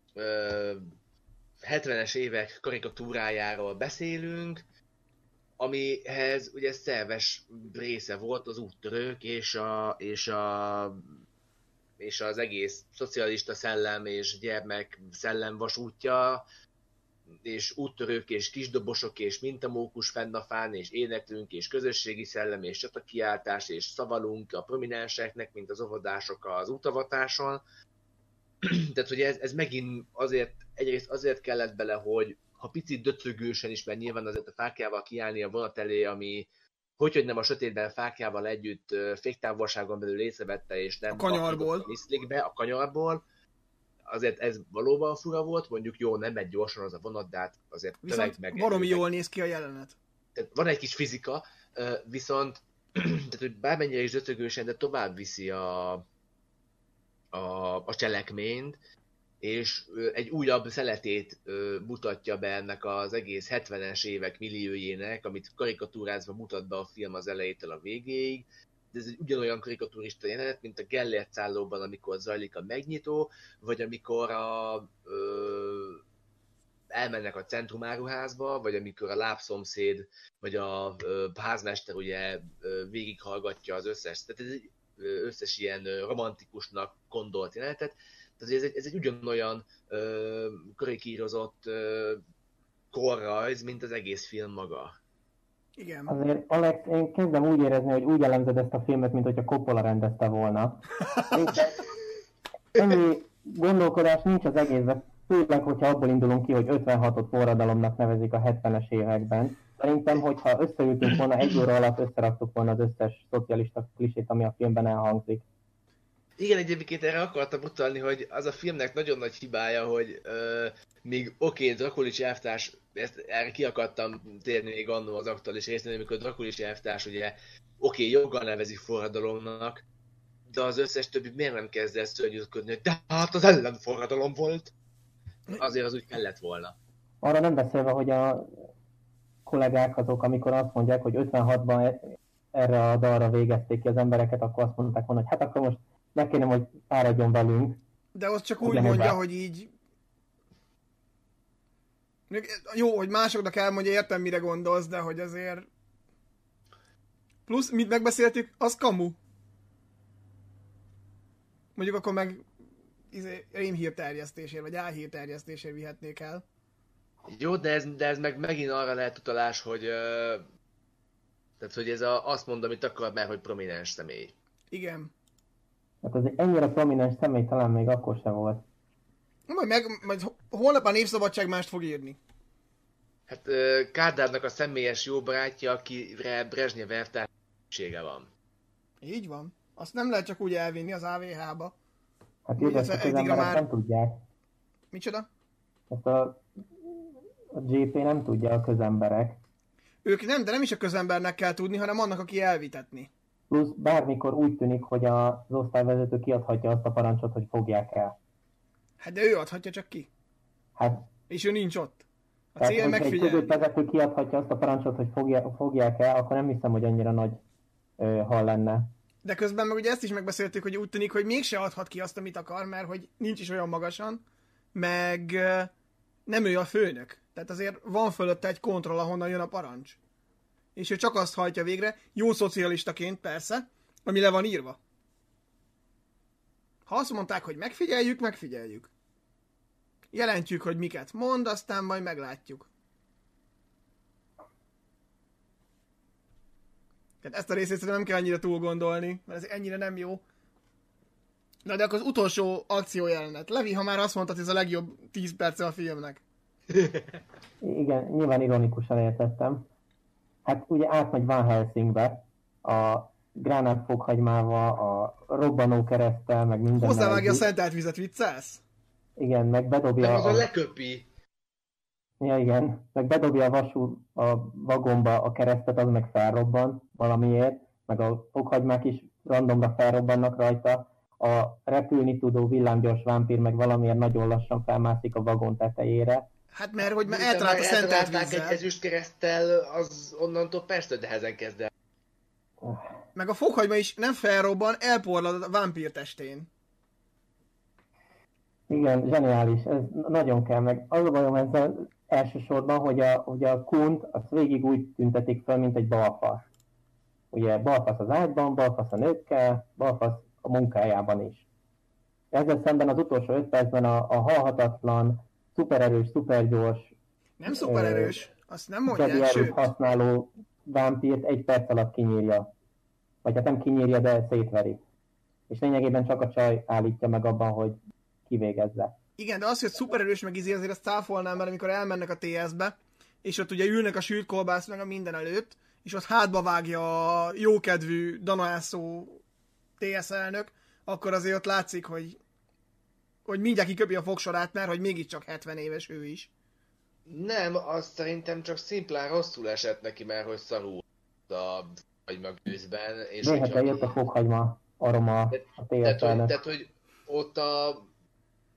70-es évek karikatúrájáról beszélünk, amihez ugye szerves része volt az úttörők és az egész szocialista szellem és gyermek szellem vasútja, és úttörők és kisdobosok és mintamókus fenn a fán, és éneklünk, és közösségi szellem, és csatakiáltás, és szavalunk a prominenseknek, mint az óvodások az útavatáson. Tehát, hogy ez megint egyrészt azért kellett bele, hogy ha picit döcögősen is, mert nyilván azért a fákjával kiállni a vonat elé, ami hogy nem a sötétben fákjával együtt féktávolságon belül észrevette, és nem a kanyarból. A kanyarból, azért ez valóban fura volt, mondjuk jó, nem megy gyorsan az a vonat, de hát azért viszont meg baromi jól néz ki a jelenet. Tehát van egy kis fizika, viszont tehát, hogy bármennyire is döcögősen, de tovább viszi a cselekményt, és egy újabb szeletét mutatja be ennek az egész 70-es évek milliójének, amit karikatúrázva mutat be a film az elejétől a végéig. Ez egy ugyanolyan karikaturista jelenet, mint a Gellért szállóban, amikor zajlik a megnyitó, vagy amikor elmennek a centrumáruházba, vagy amikor a lábszomszéd, vagy a házmester ugye végighallgatja az összes, tehát ez egy összes ilyen romantikusnak gondolt jelenetet. Tehát ez egy ugyanolyan karikírozott korrajz, mint az egész film maga. Igen. Azért, Alex, én kezdem úgy érezni, hogy úgy elemzed ezt a filmet, mint hogyha Coppola rendezte volna. Semmi gondolkodás nincs az egészben, főleg, hogyha abból indulunk ki, hogy 56-ot forradalomnak nevezik a 70-es években. Szerintem, hogyha összeültünk volna, egy óra alatt összeraktuk volna az összes szocialista klisét, ami a filmben elhangzik. Igen, egyébként erre akartam utalni, hogy az a filmnek nagyon nagy hibája, hogy míg Drakulics elvtárs, erre ki akartam térni még annó az aktuális részén, amikor Drakulics elvtárs ugye joggal nevezi forradalomnak, de az összes többi miért nem kezd el szörnyűködni, hogy de hát az ellenforradalom volt. Azért az úgy kellett volna. Arra nem beszélve, hogy a kollégák azok, amikor azt mondják, hogy 56-ban erre a dalra végezték ki az embereket, akkor azt mondták volna, hogy hát akkor most meg kéne, hogy fáradjon velünk. De az csak úgy mondja, hogy így... Jó, hogy másoknak elmondja, értem, mire gondolsz, de hogy azért... Plusz, mit megbeszéltük, az kamu. Mondjuk akkor meg rémhír terjesztésért, vagy álhír terjesztésért vihetnék el. Jó, de ez meg megint arra lehet utalás, hogy... tehát, hogy ez azt mondom, amit akar, mert hogy prominens személy. Igen. Hát az ennyire prominens személy talán még akkor sem volt. Majd holnap a Népszabadság mást fog írni. Hát Kádárnak a személyes jó barátja, akire Brezsnyev elvtársége van. Így van. Azt nem lehet csak úgy elvinni az AVH-ba. Hát jó, ezt az emberek nem tudják. Micsoda? Ezt a GP nem tudja, a közemberek. Ők nem, de nem is a közembernek kell tudni, hanem annak, aki elvitetni. Plusz bármikor úgy tűnik, hogy az osztályvezető kiadhatja azt a parancsot, hogy fogják el. Hát de ő adhatja csak ki. Hát, és ő nincs ott. A tehát, cél megfigyelni. Egy középvezető kiadhatja azt a parancsot, hogy fogják el, akkor nem hiszem, hogy annyira nagy hal lenne. De közben meg ugye ezt is megbeszéltük, hogy úgy tűnik, hogy mégse adhat ki azt, amit akar, mert hogy nincs is olyan magasan, meg nem ő a főnök. Tehát azért van fölötte egy kontroll, ahonnan jön a parancs. És ő csak azt hajtja végre, jó szocialistaként persze, ami le van írva. Ha azt mondták, hogy megfigyeljük, megfigyeljük. Jelentjük, hogy miket mond, aztán majd meglátjuk. Tehát ezt a részét nem kell annyira túl gondolni, mert ez ennyire nem jó. Na de akkor az utolsó akciójelenet. Levi, ha már azt mondtad, hogy ez a legjobb 10 perce a filmnek. Igen, nyilván ironikusan értettem. Hát ugye átmegy Van Helsingbe, a gránátfokhagymával, a robbanó kereszttel, meg minden. Hozzávágja a szentelt vizet, viccelsz? Igen, meg bedobja... Nem, azon leköpi. Ja, igen, meg bedobja a vasú a vagomba a keresztet, az meg felrobban valamiért, meg a fokhagymák is randomra felrobbannak rajta. A repülni tudó villámgyors vámpír meg valamiért nagyon lassan felmászik a vagon tetejére. Hát mert hogy már eltalált a szentelt vízzel. Egy ezüstkereszttel, az onnantól persze nehezen kezd el. Meg a fokhagyma is nem felrobban, elporlad a vámpír testén. Igen, zseniális, ez nagyon kell meg. Az a bajom ezzel elsősorban, hogy a Kunt azt végig úgy tüntetik fel, mint egy balfasz. Ugye balfasz az ágyban, balfasz a nőkkel, balfasz a munkájában is. Ezzel szemben az utolsó 5 percben a halhatatlan, szupererős, szupergyors... Nem szupererős, azt nem mondják, sőt. használó vámpírt 1 perc alatt kinyírja. Vagy hát nem kinyírja, de szétveri. És lényegében csak a csaj állítja meg abban, hogy kivégezze. Igen, de az, hogy szupererős meg azért azt cáfolnám, mert amikor elmennek a TS-be, és ott ugye ülnek a sült kolbász meg a minden előtt, és ott hátba vágja a jókedvű Danaászó TS elnök, akkor azért ott látszik, hogy mindjárt kiköpi a fogsorát, mert hogy mégiscsak 70 éves ő is. Nem, azt szerintem csak szimplán rosszul esett neki, mert hogy szarul a hagyma gőzben. És Véletlen jött a fokhagyma aroma a TS elnök. Tehát, hogy ott a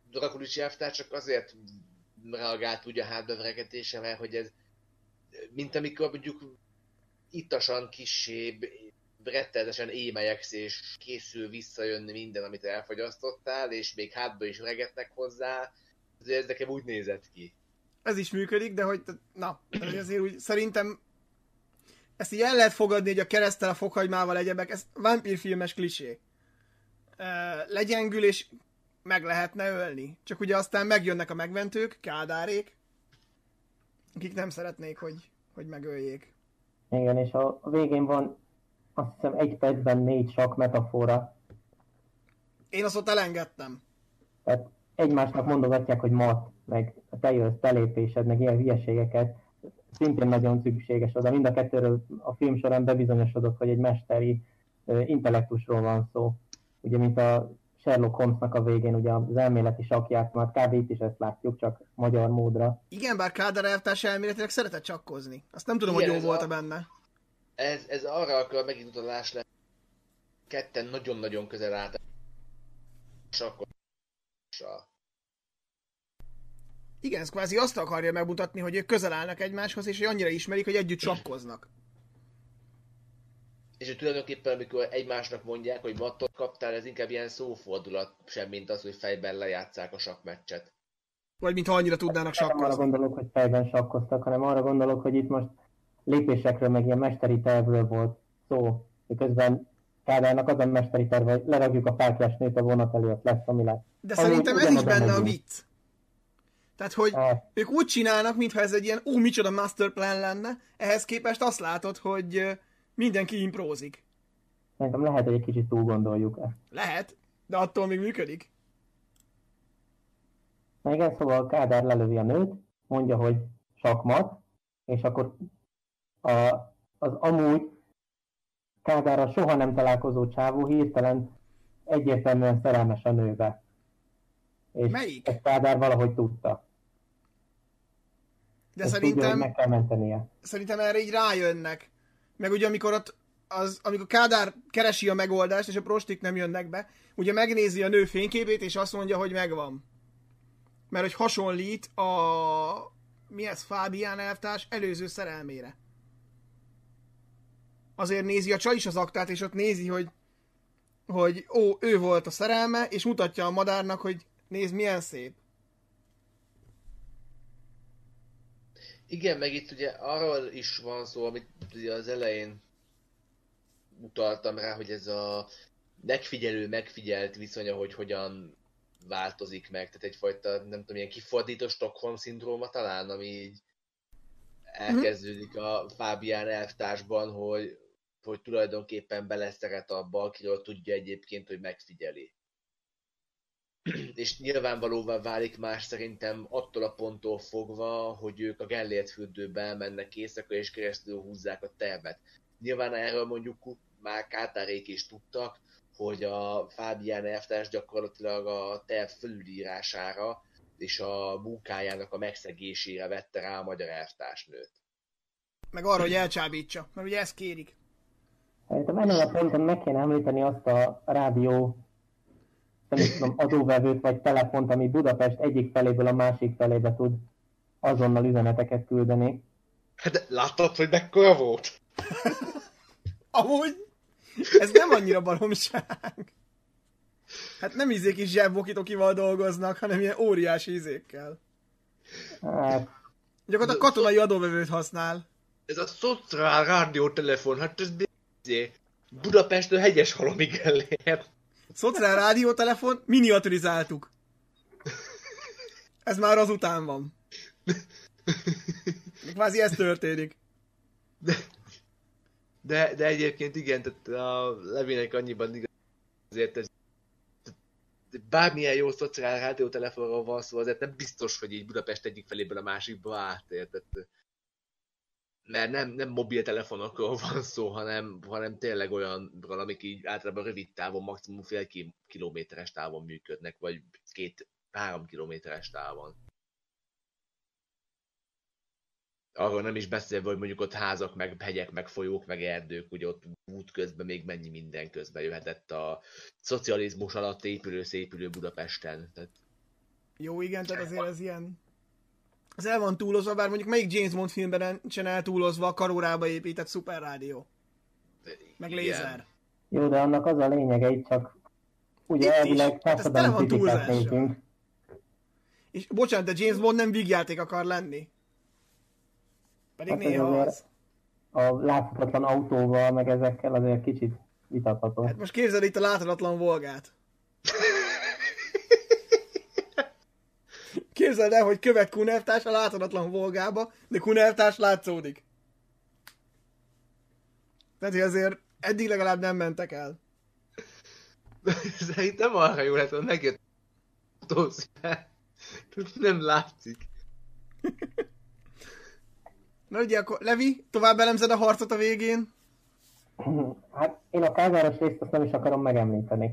Drakulics elvtárs csak azért reagált úgy a hátbeveregetése, mert hogy ez, mint amikor mondjuk ittasan kisebb, rettenetesen émelyeksz, és készül visszajönni minden, amit elfogyasztottál, és még hátba is regetnek hozzá, ez nekem úgy nézett ki. Ez is működik, de hogy, na, azért úgy szerintem ezt így el lehet fogadni, hogy a keresztel a fokhagymával egyebek, ez vámpírfilmes klisé. Legyengül, és meg lehetne ölni. Csak ugye aztán megjönnek a megmentők, Kádárék, akik nem szeretnék, hogy megöljék. Igen, és a végén van azt hiszem 1 percben 4 sakk metafora. Én azt ott elengedtem. Tehát egymásnak mondogatják, hogy mat, meg te jössz, te lépésed, meg ilyen hülyeségeket. Szintén nagyon szükséges oda. Mind a kettőről a film során bebizonyosodott, hogy egy mesteri intellektusról van szó. Ugye, mint a Sherlock Holmesnak a végén, ugye az elméleti sakkjátszmát, kb. Itt is ezt látjuk, csak magyar módra. Igen, bár Kádár elvtárs elméletileg szeretett csakkozni. Azt nem tudom, Igen, hogy jó volt-e benne. Ez arra akar megint utalás le. Ketten nagyon-nagyon közel állt sakkozással. Igen, ez kvázi azt akarja megmutatni, hogy ők közel állnak egymáshoz, és hogy annyira ismerik, hogy együtt sakkoznak. És hogy tulajdonképpen, amikor egymásnak mondják, hogy mattot kaptál, ez inkább ilyen szófordulat, sem mint az, hogy fejben lejátszák a sakkmeccset. Vagy mintha annyira tudnának Nem arra sakkozni. gondolok, hogy fejben sakkoztak, hanem arra gondolok, hogy itt most lépésekről, meg ilyen mesteri tervről volt szó. Miközben Kádárnak az a mesteri terv, hogy lerakjuk a fáklyás a vonat elé, ott lesz, ami lesz. De szerintem ez is benne a vicc. Tehát, hogy ők úgy csinálnak, mintha ez egy ilyen, micsoda masterplan lenne, ehhez képest azt látod, hogy mindenki imprózik. Szerintem lehet, hogy egy kicsit túl gondoljuk ezt. Lehet, de attól még működik. Na igen, szóval Kádár lelövi a nőt, mondja, hogy sakmat, és akkor az amúgy Kádárral soha nem találkozó csávó hirtelen egyértelműen szerelmes a nőbe. És melyik? ezt Kádár valahogy tudta. De ezt szerintem, tudja, hogy meg kell mentenie. Szerintem erre így rájönnek. Meg ugye amikor amikor Kádár keresi a megoldást, és a prostik nem jönnek be, ugye megnézi a nő fényképét, és azt mondja, hogy megvan. Mert hogy hasonlít mi ez, Fábián elvtárs előző szerelmére. Azért nézi a csaj is az aktát, és ott nézi, hogy ő volt a szerelme, és mutatja a madárnak, hogy nézd, milyen szép. Igen, meg itt ugye arról is van szó, amit ugye az elején utaltam rá, hogy ez a megfigyelt viszonya, hogy hogyan változik meg, tehát egyfajta, nem tudom, ilyen kifordító Stockholm-szindróma talán, ami így elkezdődik a Fábián elvtársban, hogy tulajdonképpen beleszeret abba, akiről tudja egyébként, hogy megfigyeli. És nyilvánvalóvá válik más szerintem attól a ponttól fogva, hogy ők a Gellért fürdőbe elmennek éjszaka és keresztül húzzák a tervet. Nyilván erről mondjuk már Kátárék is tudtak, hogy a Fábián elvtárs gyakorlatilag a terv fölülírására és a munkájának a megszegésére vette rá a magyar elvtársnőt. Meg arra, hogy elcsábítsa, mert ugye ezt kérik. Szerintem ennél a ponton meg kéne említeni azt a rádió, nem tudom, adóvevőt vagy telefont, ami Budapest egyik feléből a másik felébe tud azonnal üzeneteket küldeni. Hát láttad, hogy mekkora volt? Amúgy ez nem annyira baromság. Hát nem kis zsebbokitokival dolgoznak, hanem ilyen óriási izékkel. Hát, Gyakorlatilag katonai adóvevőt használ. Ez a szociál rádiótelefon, hát ez Budapestről Hegyeshalomig elért. Szociál rádiótelefon, miniaturizáltuk. Ez már azután van. Kvázi ez történik. De egyébként igen, tehát a Levinek annyiban igaz, azért ez bármilyen jó szociál rádiótelefonról van szó, azért nem biztos, hogy így Budapest egyik feléből a másikba átért. Mert nem mobiltelefonokról van szó, hanem tényleg olyanról, amik így általában rövid távon, maximum fél kilométeres távon működnek, vagy 2-3 kilométeres távon. Arról nem is beszélve, hogy mondjuk ott házak, meg hegyek, meg folyók, meg erdők, ugye ott út közben még mennyi minden közben jöhetett a szocializmus alatt épülő-szépülő Budapesten. Tehát... Jó, igen, tehát azért ez ilyen... Ez el van túlozva, bár mondjuk melyik James Bond filmben nincsen eltúlozva a karórába épített szuperrádió. Meg lézer. Jó, de annak az a lényege, itt csak ugye elvileg társadalmi kritikát nézünk. És bocsánat, de James Bond nem vígjáték akar lenni. Pedig hát néha az. A láthatatlan autóval, meg ezekkel azért kicsit vitatható. Hát most képzeld itt a láthatatlan Volgát. Képzeld el, hogy követ Kunevtárs a láthatatlan Volgába, de Kunevtárs látszódik. Tehát, hogy azért eddig legalább nem mentek el. Szerintem arra jó lett, hogy megjött nem látszik. Na ugye akkor, Levi, tovább elemzed a harcot a végén? Hát én a kázáros részt azt nem is akarom megemlíteni.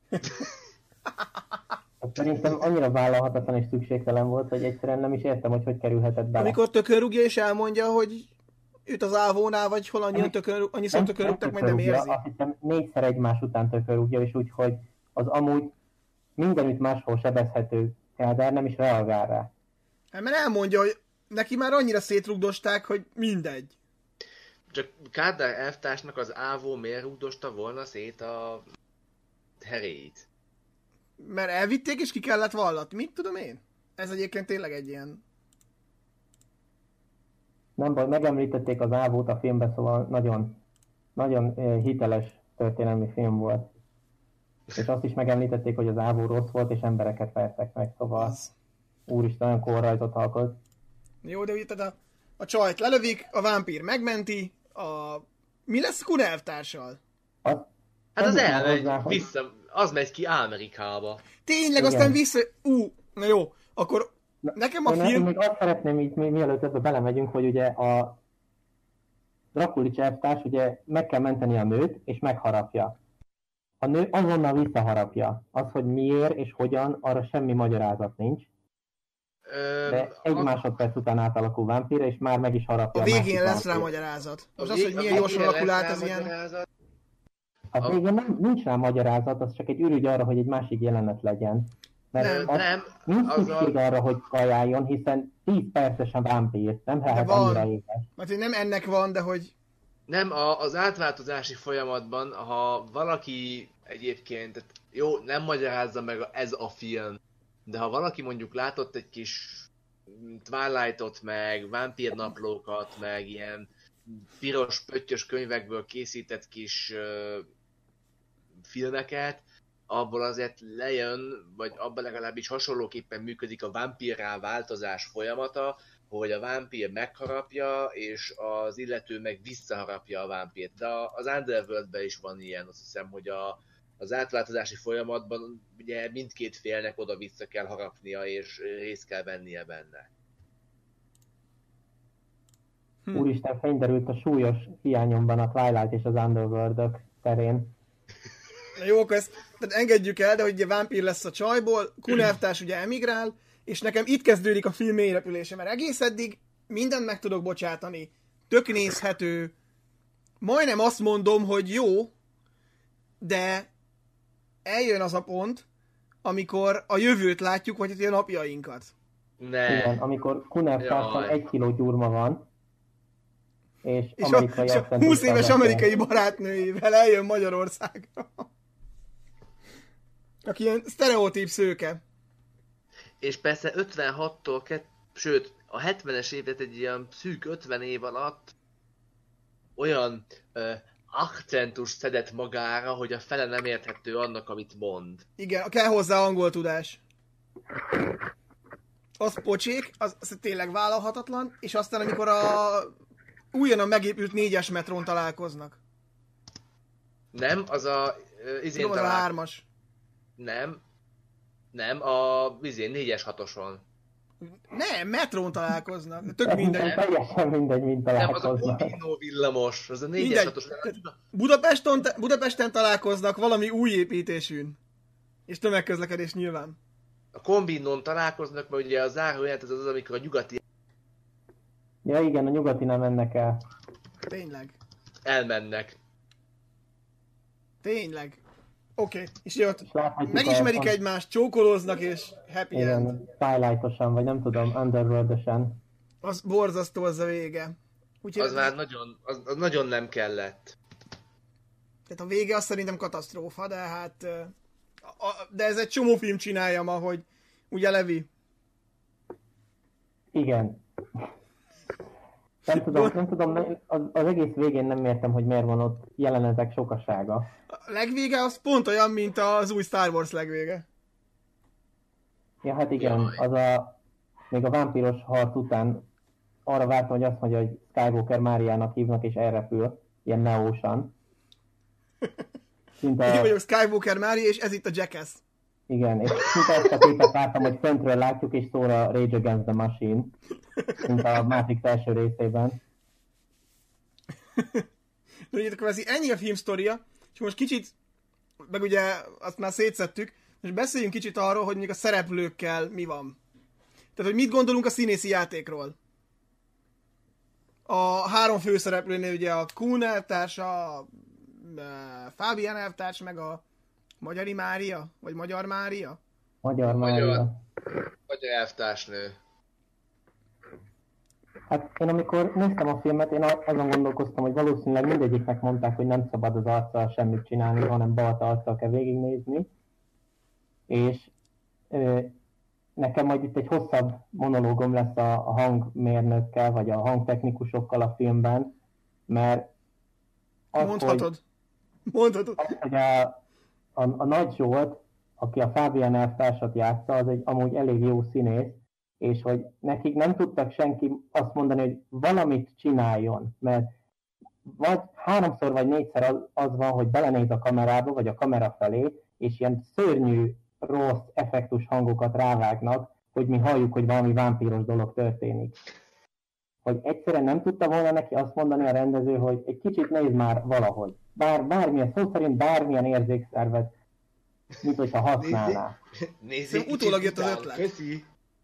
Szerintem annyira vállalhatatlan és szükségtelen volt, hogy egyszerűen nem is értem, hogy kerülhetett bele. Amikor tökörrúgja és elmondja, hogy őt az ávónál, vagy hol annyiszor tökörrúgtak, majd nem érzi. Azt hiszem 4-szer egymás után tökörúgja, és úgy, hogy az amúgy mindenütt máshol sebezhető Kádár nem is reagál rá. Hát mert elmondja, hogy neki már annyira szétrugdosták, hogy mindegy. Csak Kádár elvtársnak az ávó miért rugdosta volna szét a heréit? Mert elvitték és ki kellett vallatni. Mit tudom én? Ez egyébként tényleg egy ilyen... Nem baj, megemlítették az ávót a filmben, szóval nagyon hiteles történelmi film volt. És azt is megemlítették, hogy az ávó rossz volt, és embereket vertek meg, szóval úristen, olyan korrajzot alkot. Jó, de ugye a csajt lelövik, a vámpír megmenti, mi lesz Kun elvtárssal? Hát az elmegy vissza, az megy ki Amerikába. Tényleg, igen. Aztán vissza... na jó, akkor nekem a film... Én még azt szeretném így, mielőtt ebbe belemegyünk, hogy ugye a Drakulics elvtárs ugye meg kell menteni a nőt, és megharapja. A nő azonnal visszaharapja. Az, hogy miért és hogyan, arra semmi magyarázat nincs. De egy másodperc után átalakul vámpírra, és már meg is harapja. A végén lesz rá magyarázat. Most az, hogy milyen gyorsan alakul át, az ilyen... A végén nincs rá magyarázat, az csak egy ürügy arra, hogy egy másik jelenet legyen. Mert nem. Nincs szükség arra, hogy kajáljon, hiszen 10 percesen vámpír, nem lehet annyira éves. Mert nem ennek van, de hogy... Nem, az átváltozási folyamatban, ha valaki egyébként, jó, nem magyarázza meg ez a film, de ha valaki mondjuk látott egy kis Twilightot, meg vámpírnaplókat, meg ilyen piros, pöttyös könyvekből készített kis filmeket, abból azért lejön, vagy abban legalábbis hasonlóképpen működik a vámpírrá változás folyamata, hogy a vámpír megharapja, és az illető meg visszaharapja a vámpírt. De az Underworldben is van ilyen, azt hiszem, hogy az átváltozási folyamatban ugye mindkét félnek oda-vissza kell harapnia, és részt kell vennie benne. Úristen, fényderült a súlyos hiányomban a Twilight és az Underworld-ök terén. Na jó, akkor ezt engedjük el, de hogy ugye vámpír lesz a csajból, Kun elvtárs ugye emigrál, és nekem itt kezdődik a film mélyrepülése, mert egész eddig mindent meg tudok bocsátani, tök nézhető, majdnem azt mondom, hogy jó, de eljön az a pont, amikor a jövőt látjuk, vagy a napjainkat. Igen, amikor Kun elvtárssal 1 kiló gyurma van, és a 20 éves amerikai barátnőjével eljön Magyarországra. Aki ilyen sztereotíp szőke. És persze 56-tól, sőt, a 70-es évet egy ilyen szűk 50 év alatt olyan akcentus szedett magára, hogy a fele nem érthető annak, amit mond. Igen, kell hozzá angol tudás. Az pocsék, az tényleg vállalhatatlan, és aztán amikor újonnan megépült 4-es metrón találkoznak. Nem, az a... az a 3-as. Nem, a 4-es 6-oson. Nem, metrón találkoznak. Tök mindegy. Teljesen mindegy, mint találkoznak. Nem, az a Combino villamos, az a 4-es 6-os. Budapesten találkoznak valami új építésűn. És tömegközlekedés nyilván. A Combinon találkoznak, mert ugye a zárójelet az, amikor a nyugati... Ja igen, a nyugati nem mennek el. Tényleg. Elmennek. Tényleg. Oké. És ott És láthatjuk megismerik egymást, csókolóznak, és happy end. Igen, Twilight-osan, vagy nem tudom, Underworld-ösen. Az borzasztó az a vége. Úgyhogy Az már nagyon, az nagyon nem kellett. tehát a vége azt szerintem katasztrófa, de hát... de ez egy csomó film csinálja ma, hogy... Ugye, Levi? Igen. Nem tudom, az egész végén nem értem, hogy miért van ott jelenetek sokasága. A legvége az pont olyan, mint az új Star Wars legvége. Ja, hát igen, még a vámpíros harc után arra vártam, hogy azt mondja, hogy Skywalker Máriának hívnak, és elrepül, ilyen neósan. Én vagyok Skywalker Mária, és ez itt a Jackass. Igen, és szinte ezt a képet láttam, hogy föntről látjuk, és szól a Rage Against the Machine, mint a Matrix első részében. De ugye akkor ennyi a film sztoria, és most kicsit, meg ugye azt már szétszettük, most beszéljünk kicsit arról, hogy még a szereplőkkel mi van. Tehát, hogy mit gondolunk a színészi játékról. A három főszereplőnél ugye a Kuhn elvtárs, a Fabian elvtárs, meg a Magyari Mária? Vagy Magyar Mária? Magyar Mária. Magyar elvtársnő. Hát én amikor néztem a filmet, én azon gondolkoztam, hogy valószínűleg mindegyiknek mondták, hogy nem szabad az arccal semmit csinálni, hanem balt arccal kell végignézni. És nekem majd itt egy hosszabb monológom lesz a hangmérnökkel, vagy a hangtechnikusokkal a filmben, mert Mondhatod. Hogy a Nagy Zsolt, aki a Fabian elvtársat játsza, az egy amúgy elég jó színész, és hogy nekik nem tudtak senki azt mondani, hogy valamit csináljon, mert vagy háromszor vagy négyszer az van, hogy belenéz a kamerába, vagy a kamera felé, és ilyen szörnyű, rossz, effektus hangokat rávágnak, hogy mi halljuk, hogy valami vámpíros dolog történik. Hogy egyszerűen nem tudta volna neki azt mondani a rendező, hogy egy kicsit nézd már valahogy. Bármilyen, szó szerint bármilyen érzékszervet, mint hogyha használná. Nézzék, utólag jött az ötlet. Köszi.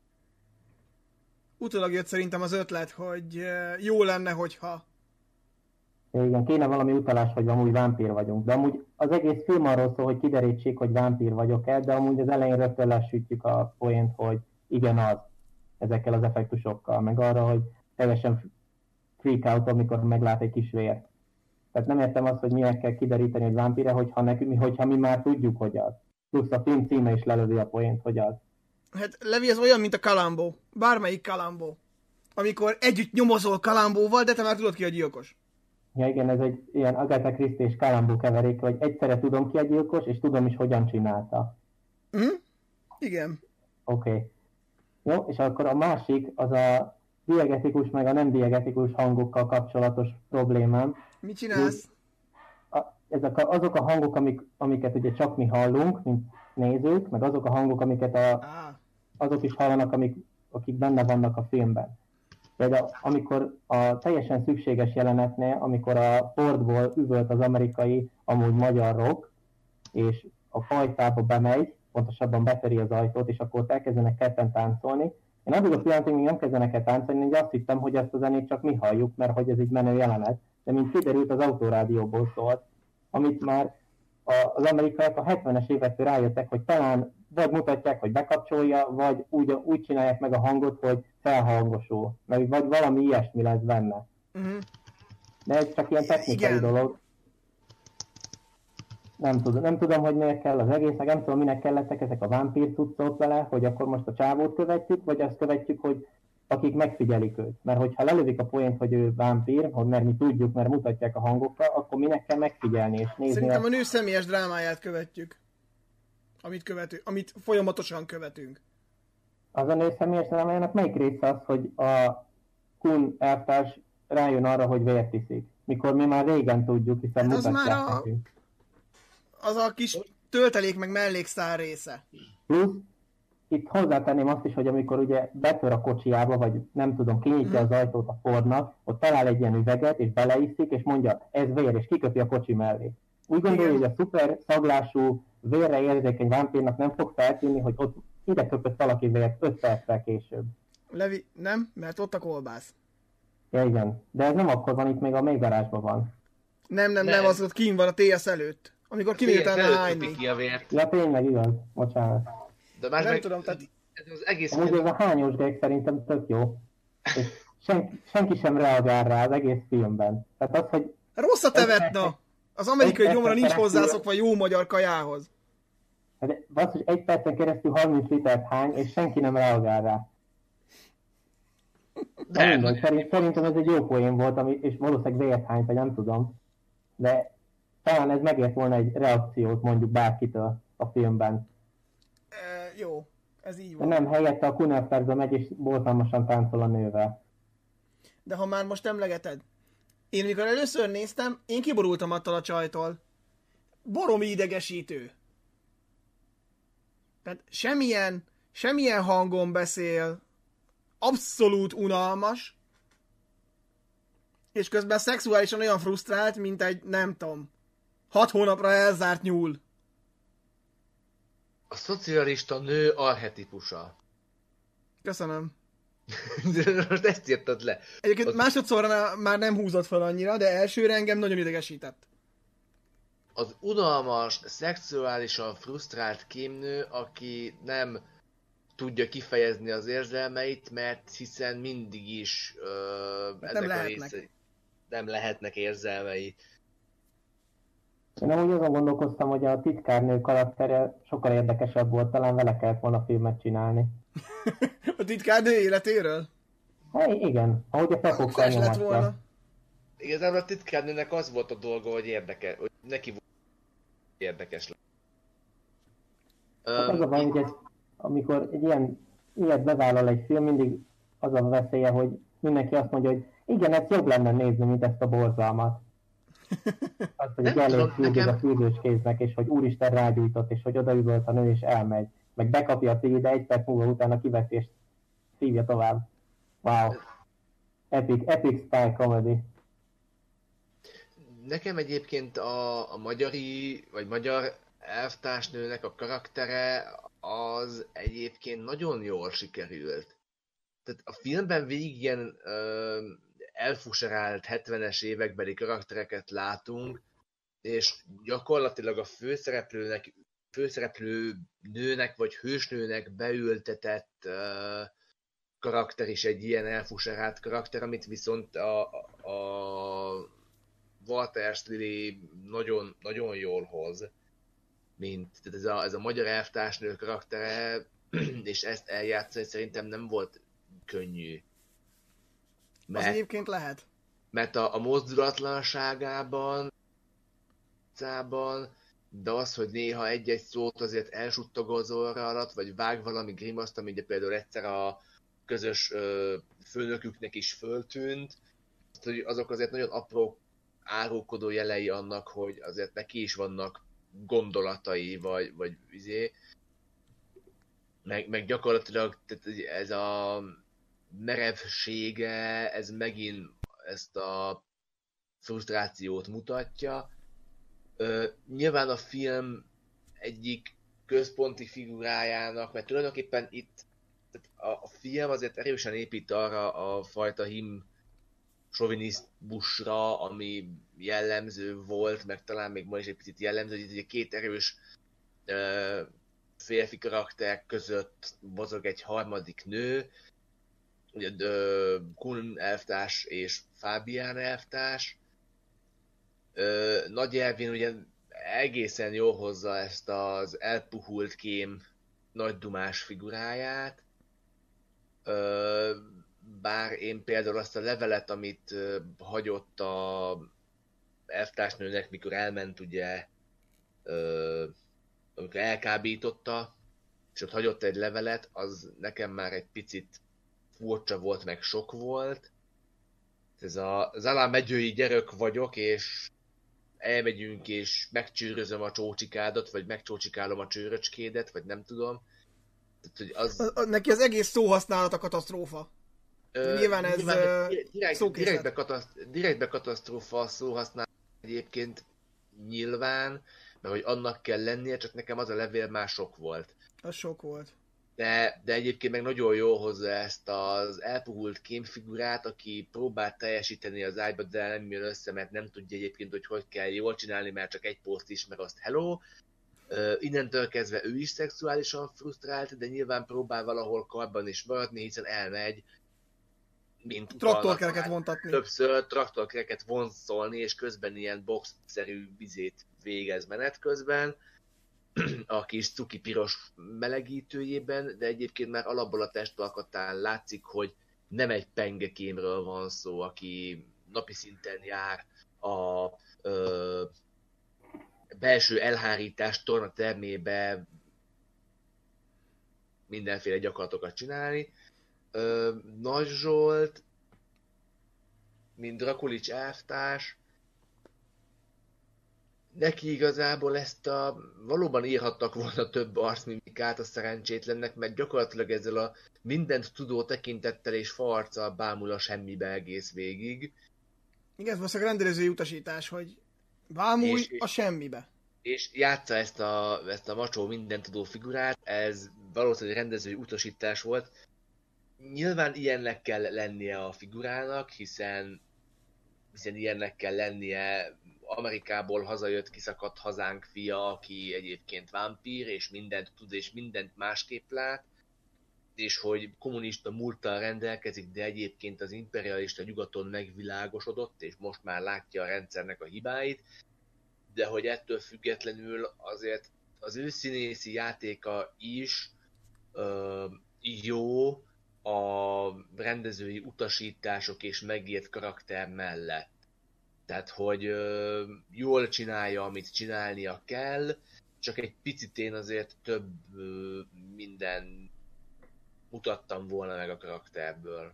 Utólag jött szerintem az ötlet, hogy jó lenne, hogyha... Igen, kéne valami utalás, hogy amúgy vámpír vagyunk. De amúgy az egész film arról szól, hogy kiderítsék, hogy vámpír vagyok-e, de amúgy az elején rögtön lesütjük a poént, hogy igen az, ezekkel az effektusokkal, meg arra, hogy teljesen freak out, amikor meglát egy kis vért. Tehát nem értem azt, hogy miért kell kideríteni, hogy vámpíre, hogyha mi már tudjuk, hogy az. Plusz a film címe is lelövi a poént, hogy az. Hát Levi, ez olyan, mint a Columbo. Bármelyik Columbo. Amikor együtt nyomozol Columboval, de te már tudod ki a gyilkos. Ja igen, ez egy ilyen Agatha Christie és Columbo keverék, hogy egyszerre tudom ki a gyilkos, és tudom is, hogyan csinálta. Igen. Oké. Jó, és akkor a másik, az a diegetikus meg a nem diegetikus hangokkal kapcsolatos problémám. Mit csinálsz? Ezek azok a hangok, amiket ugye csak mi hallunk, mint nézők, meg azok a hangok, amiket azok is hallanak, akik benne vannak a filmben. Például amikor a teljesen szükséges jelenetnél, amikor a Fordból üvölt az amerikai, amúgy magyar rock, és a fajtába bemegy, pontosabban betöri az ajtót, és akkor ott elkezdenek ketten táncolni. Én addig a pillanatig még nem kezdenek el táncolni, hogy azt hittem, hogy ezt a zenét csak mi halljuk, mert hogy ez egy menő jelenet, de mint kiderült, az autórádióból szólt, amit már az amerikaiak a 70-es évektől rájöttek, hogy talán vagy mutatják, hogy bekapcsolja, vagy úgy csinálják meg a hangot, hogy felhangosul, vagy valami ilyesmi lesz benne. De ez csak ilyen technikai dolog. Nem tudom, hogy miért kell az egész, nem tudom, minek kellettek ezek a vámpír cuccok vele, hogy akkor most a csávót követjük, vagy azt követjük, hogy akik megfigyelik őt. Mert hogyha lelövik a poént, hogy ő vámpír, mert mi tudjuk, mert mutatják a hangokkal, akkor minek kell megfigyelni és nézni. Szerintem a nő személyes drámáját követjük. Amit folyamatosan követünk. Az a nő személyes drámájának melyik része az, hogy a Kuhn elvtárs rájön arra, hogy vért iszik? Mikor mi már régen tudjuk, hiszen hát mutatják nekünk. Az a kis töltelék meg mellékszál része. Plusz, itt hozzátenném azt is, hogy amikor ugye betör a kocsiába, vagy nem tudom, kinyitja az ajtót a Fordnak, ott talál egy ilyen üveget, és beleiszik, és mondja, ez vér, és kiköpi a kocsi mellé. Úgy gondolja, hogy a szuper szaglású, vérre érzékeny vámpírnak nem fog feltűnni, hogy ott ide köpött valaki vért 5 perccel később. Levi, nem, mert ott a kolbász. Ja, igen, de ez nem akkor van, itt még a mélygarázsban van. Nem, az ott kín van a TS előtt. Amikor kimegy utána hányni. ki a vért. Ja, tényleg igaz. Bocsánat. De más Nem meg, tudom, tehát ez az egész Amúgy ez film, a hányós gag szerintem tök jó. És senki sem reagál rá az egész filmben. Tehát az, hogy rosszat evett, na! Az amerikai gyomra nincs hozzászokva jó magyar kajához. hát az, hogy egy percen keresztül 30 litert hány, és senki nem reagál rá. De minden, szerintem ez egy jó poén volt, és valószínűleg vért hányt, vagy nem tudom. De talán ez megért volna egy reakciót mondjuk bárkitől a filmben. Jó, ez így De van. nem, helyette a Kunelferbe megy, és borzalmasan táncol a nővel. De ha már most emlegeted, én mikor először néztem, én kiborultam attól a csajtól. Baromi idegesítő. Tehát semmilyen hangon beszél, abszolút unalmas, és közben szexuálisan olyan frusztrált, mint egy, nem tudom, 6 hónapra elzárt nyúl. a szocialista nő archetipusa. Köszönöm. Most ezt írtad le. Egyébként másodszorra már nem húzott fel annyira, de elsőre engem nagyon idegesített. Az unalmas, szexuálisan frusztrált kémnő, aki nem tudja kifejezni az érzelmeit, mert hiszen mindig is Nem lehetnek. Nem lehetnek érzelmei. Én amúgy azon gondolkoztam, hogy a titkárnő karaktere sokkal érdekesebb volt, talán vele kellett volna filmet csinálni. A titkárnő életéről? Hát igen, ahogy a fekokkal Flash lett volna. nyomatja. Igazából a titkárnőnek az volt a dolga, hogy hogy neki volt érdekes lett. Hát az a baj, hogy amikor egy ilyet bevállal egy film, mindig az a veszélye, hogy mindenki azt mondja, hogy igen, ez jobb lenne nézni, mint ezt a borzalmat. Az, hogy Nem elég tudom, fürdőd nekem- a fürdőskéznek, és hogy úristen rágyújtott, és hogy odaüvölt a nő, és elmegy. Meg bekapja a cigi, de egy perc múlva utána kiveszi, és szívja tovább. Wow. Epic spy comedy. Nekem egyébként a magyar elvtársnőnek a karaktere az egyébként nagyon jól sikerült. Tehát a filmben végig ilyen elfuserált 70-es évekbeli karaktereket látunk, és gyakorlatilag a főszereplő nőnek vagy hősnőnek beültetett karakter is egy ilyen elfuserált karakter, amit viszont a Walter Lily nagyon, nagyon jól hoz, tehát ez a magyar elvtársnő karaktere, és ezt eljátszani szerintem nem volt könnyű. Az egyébként lehet. Mert a mozdulatlanságában, de az, hogy néha egy-egy szót azért elsuttogol az orra alatt, vagy vág valami grimaszt, ami ugye például egyszer a közös főnöküknek is föltűnt, hogy azok azért nagyon apró árulkodó jelei annak, hogy azért neki is vannak gondolatai, vagy meg gyakorlatilag tehát ez a merevsége, ez megint ezt a frusztrációt mutatja. Nyilván a film egyik központi figurájának, mert tulajdonképpen itt tehát a film azért erősen épít arra a fajta sovinizmusra, ami jellemző volt, meg talán még ma is egy picit jellemző, hogy egy két erős férfi karakter között mozog egy harmadik nő, ugye Kun elvtárs és Fabian elvtárs. Nagy Ervin ugye egészen jól hozza ezt az elpuhult kém nagy dumás figuráját, bár én például azt a levelet, amit hagyott a elvtársnőnek, mikor elment ugye, amikor elkábította, és ott hagyott egy levelet, az nekem már egy picit furcsa volt, meg sok volt. Ez az alámegyői gyerek vagyok, és elmegyünk, és megcsűrözöm a csócsikádat, vagy megcsócsikálom a csőröcskédet, vagy nem tudom. Tehát, hogy az... Neki az egész szóhasználata katasztrófa. Nyilván ez direktbe katasztrófa a szóhasználat egyébként nyilván, mert hogy annak kell lennie, csak nekem az a levél már sok volt. Az sok volt. de egyébként meg nagyon jól hozza ezt az elpuhult kémfigurát, aki próbál teljesíteni az ágyba, de nem jön össze, mert nem tudja egyébként, hogy kell jól csinálni, mert csak egy poszt ismer, azt hello. Innentől kezdve ő is szexuálisan frusztrált, de nyilván próbál valahol karban is maradni, hiszen elmegy, mint traktorkereket vontatni. Többször traktorkereket vonszolni, és közben ilyen box-szerű vizét végez menet közben, a kis cuki piros melegítőjében, de egyébként már alapból a testalkatán látszik, hogy nem egy pengekémről van szó, aki napi szinten jár a belső elhárítás tornatermébe mindenféle gyakorlatokat csinálni. Nagy Zsolt, mint Drakulics elvtárs, neki igazából ezt valóban írhattak volna több arcmimikát a szerencsétlennek, mert gyakorlatilag ezzel a mindent tudó tekintettel és farccal bámul a semmibe egész végig. Igen, ez most a rendelőzői utasítás, hogy bámulj a semmibe. És játsza ezt a macsó mindent tudó figurát, ez valószínűleg rendezői utasítás volt. Nyilván ilyennek kell lennie a figurának, hiszen ilyennek kell lennie. Amerikából hazajött, kiszakadt hazánk fia, aki egyébként vámpír, és mindent tud, és mindent másképp lát, és hogy kommunista múlttal rendelkezik, de egyébként az imperialista nyugaton megvilágosodott, és most már látja a rendszernek a hibáit, de hogy ettől függetlenül azért az ő színészi játéka is jó a rendezői utasítások és megírt karakter mellett. Tehát, hogy jól csinálja, amit csinálnia kell, csak egy picit én azért több minden mutattam volna meg a karakterből.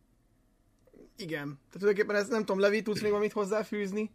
Igen. Tehát tulajdonképpen ez, nem tudom, Levi, tudsz még valamit hozzáfűzni?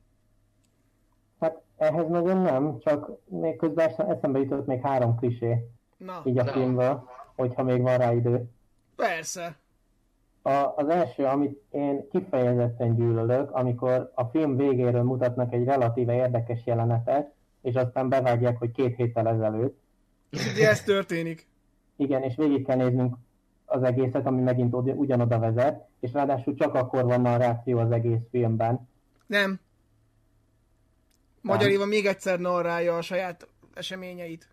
Hát ehhez nagyon nem, csak még közben eszembe jutott még 3 klisé. Így a filmből, hogyha még van rá idő. Persze. Az első, amit én kifejezetten gyűlölök, amikor a film végéről mutatnak egy relatíve érdekes jelenetet, és aztán bevágják, hogy 2 héttel ezelőtt. Ugye ez történik. Igen, és végig kell néznünk az egészet, ami megint ugyanoda vezet, és ráadásul csak akkor van narráció az egész filmben. Nem. Magyar Éva még egyszer narrálja a saját eseményeit.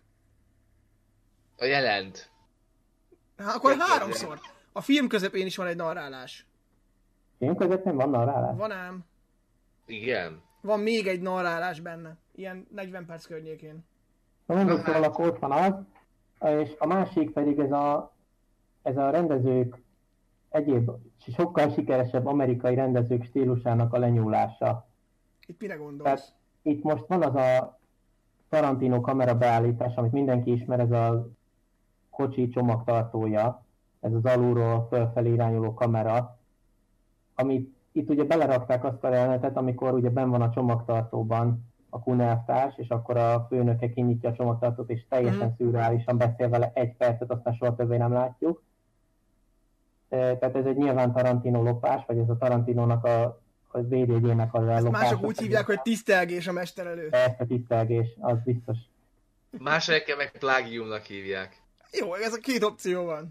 A jelent. Akkor 3-szor. A film közepén is van egy narrálás. Film közepén van narrálás? Van ám. Igen. Van még egy narrálás benne. Ilyen 40 perc környékén. Na mindig szóval akkor ott van az, és a másik pedig ez a rendezők egyéb, sokkal sikeresebb amerikai rendezők stílusának a lenyúlása. Itt mire gondolsz? Tehát itt most van az a Tarantino kamerabeállítás, amit mindenki ismer, ez a kocsi csomagtartója, ez az alulról fölfelé irányuló kamera, amit itt ugye belerakták azt a jelenetet, amikor ugye benn van a csomagtartóban a kunelvtárs, és akkor a főnöke kinyitja a csomagtartót, és teljesen szürreálisan beszél vele 1 percet, aztán soha többé nem látjuk. Tehát ez egy nyilván Tarantino lopás, vagy ez a Tarantinónak a védjegyének az ellopása. Mások úgy hívják, hogy tisztelgés a mester előtt. Persze, tisztelgés, az biztos. Más helyeken meg plágiumnak hívják. Jó, ez a 2 opció van.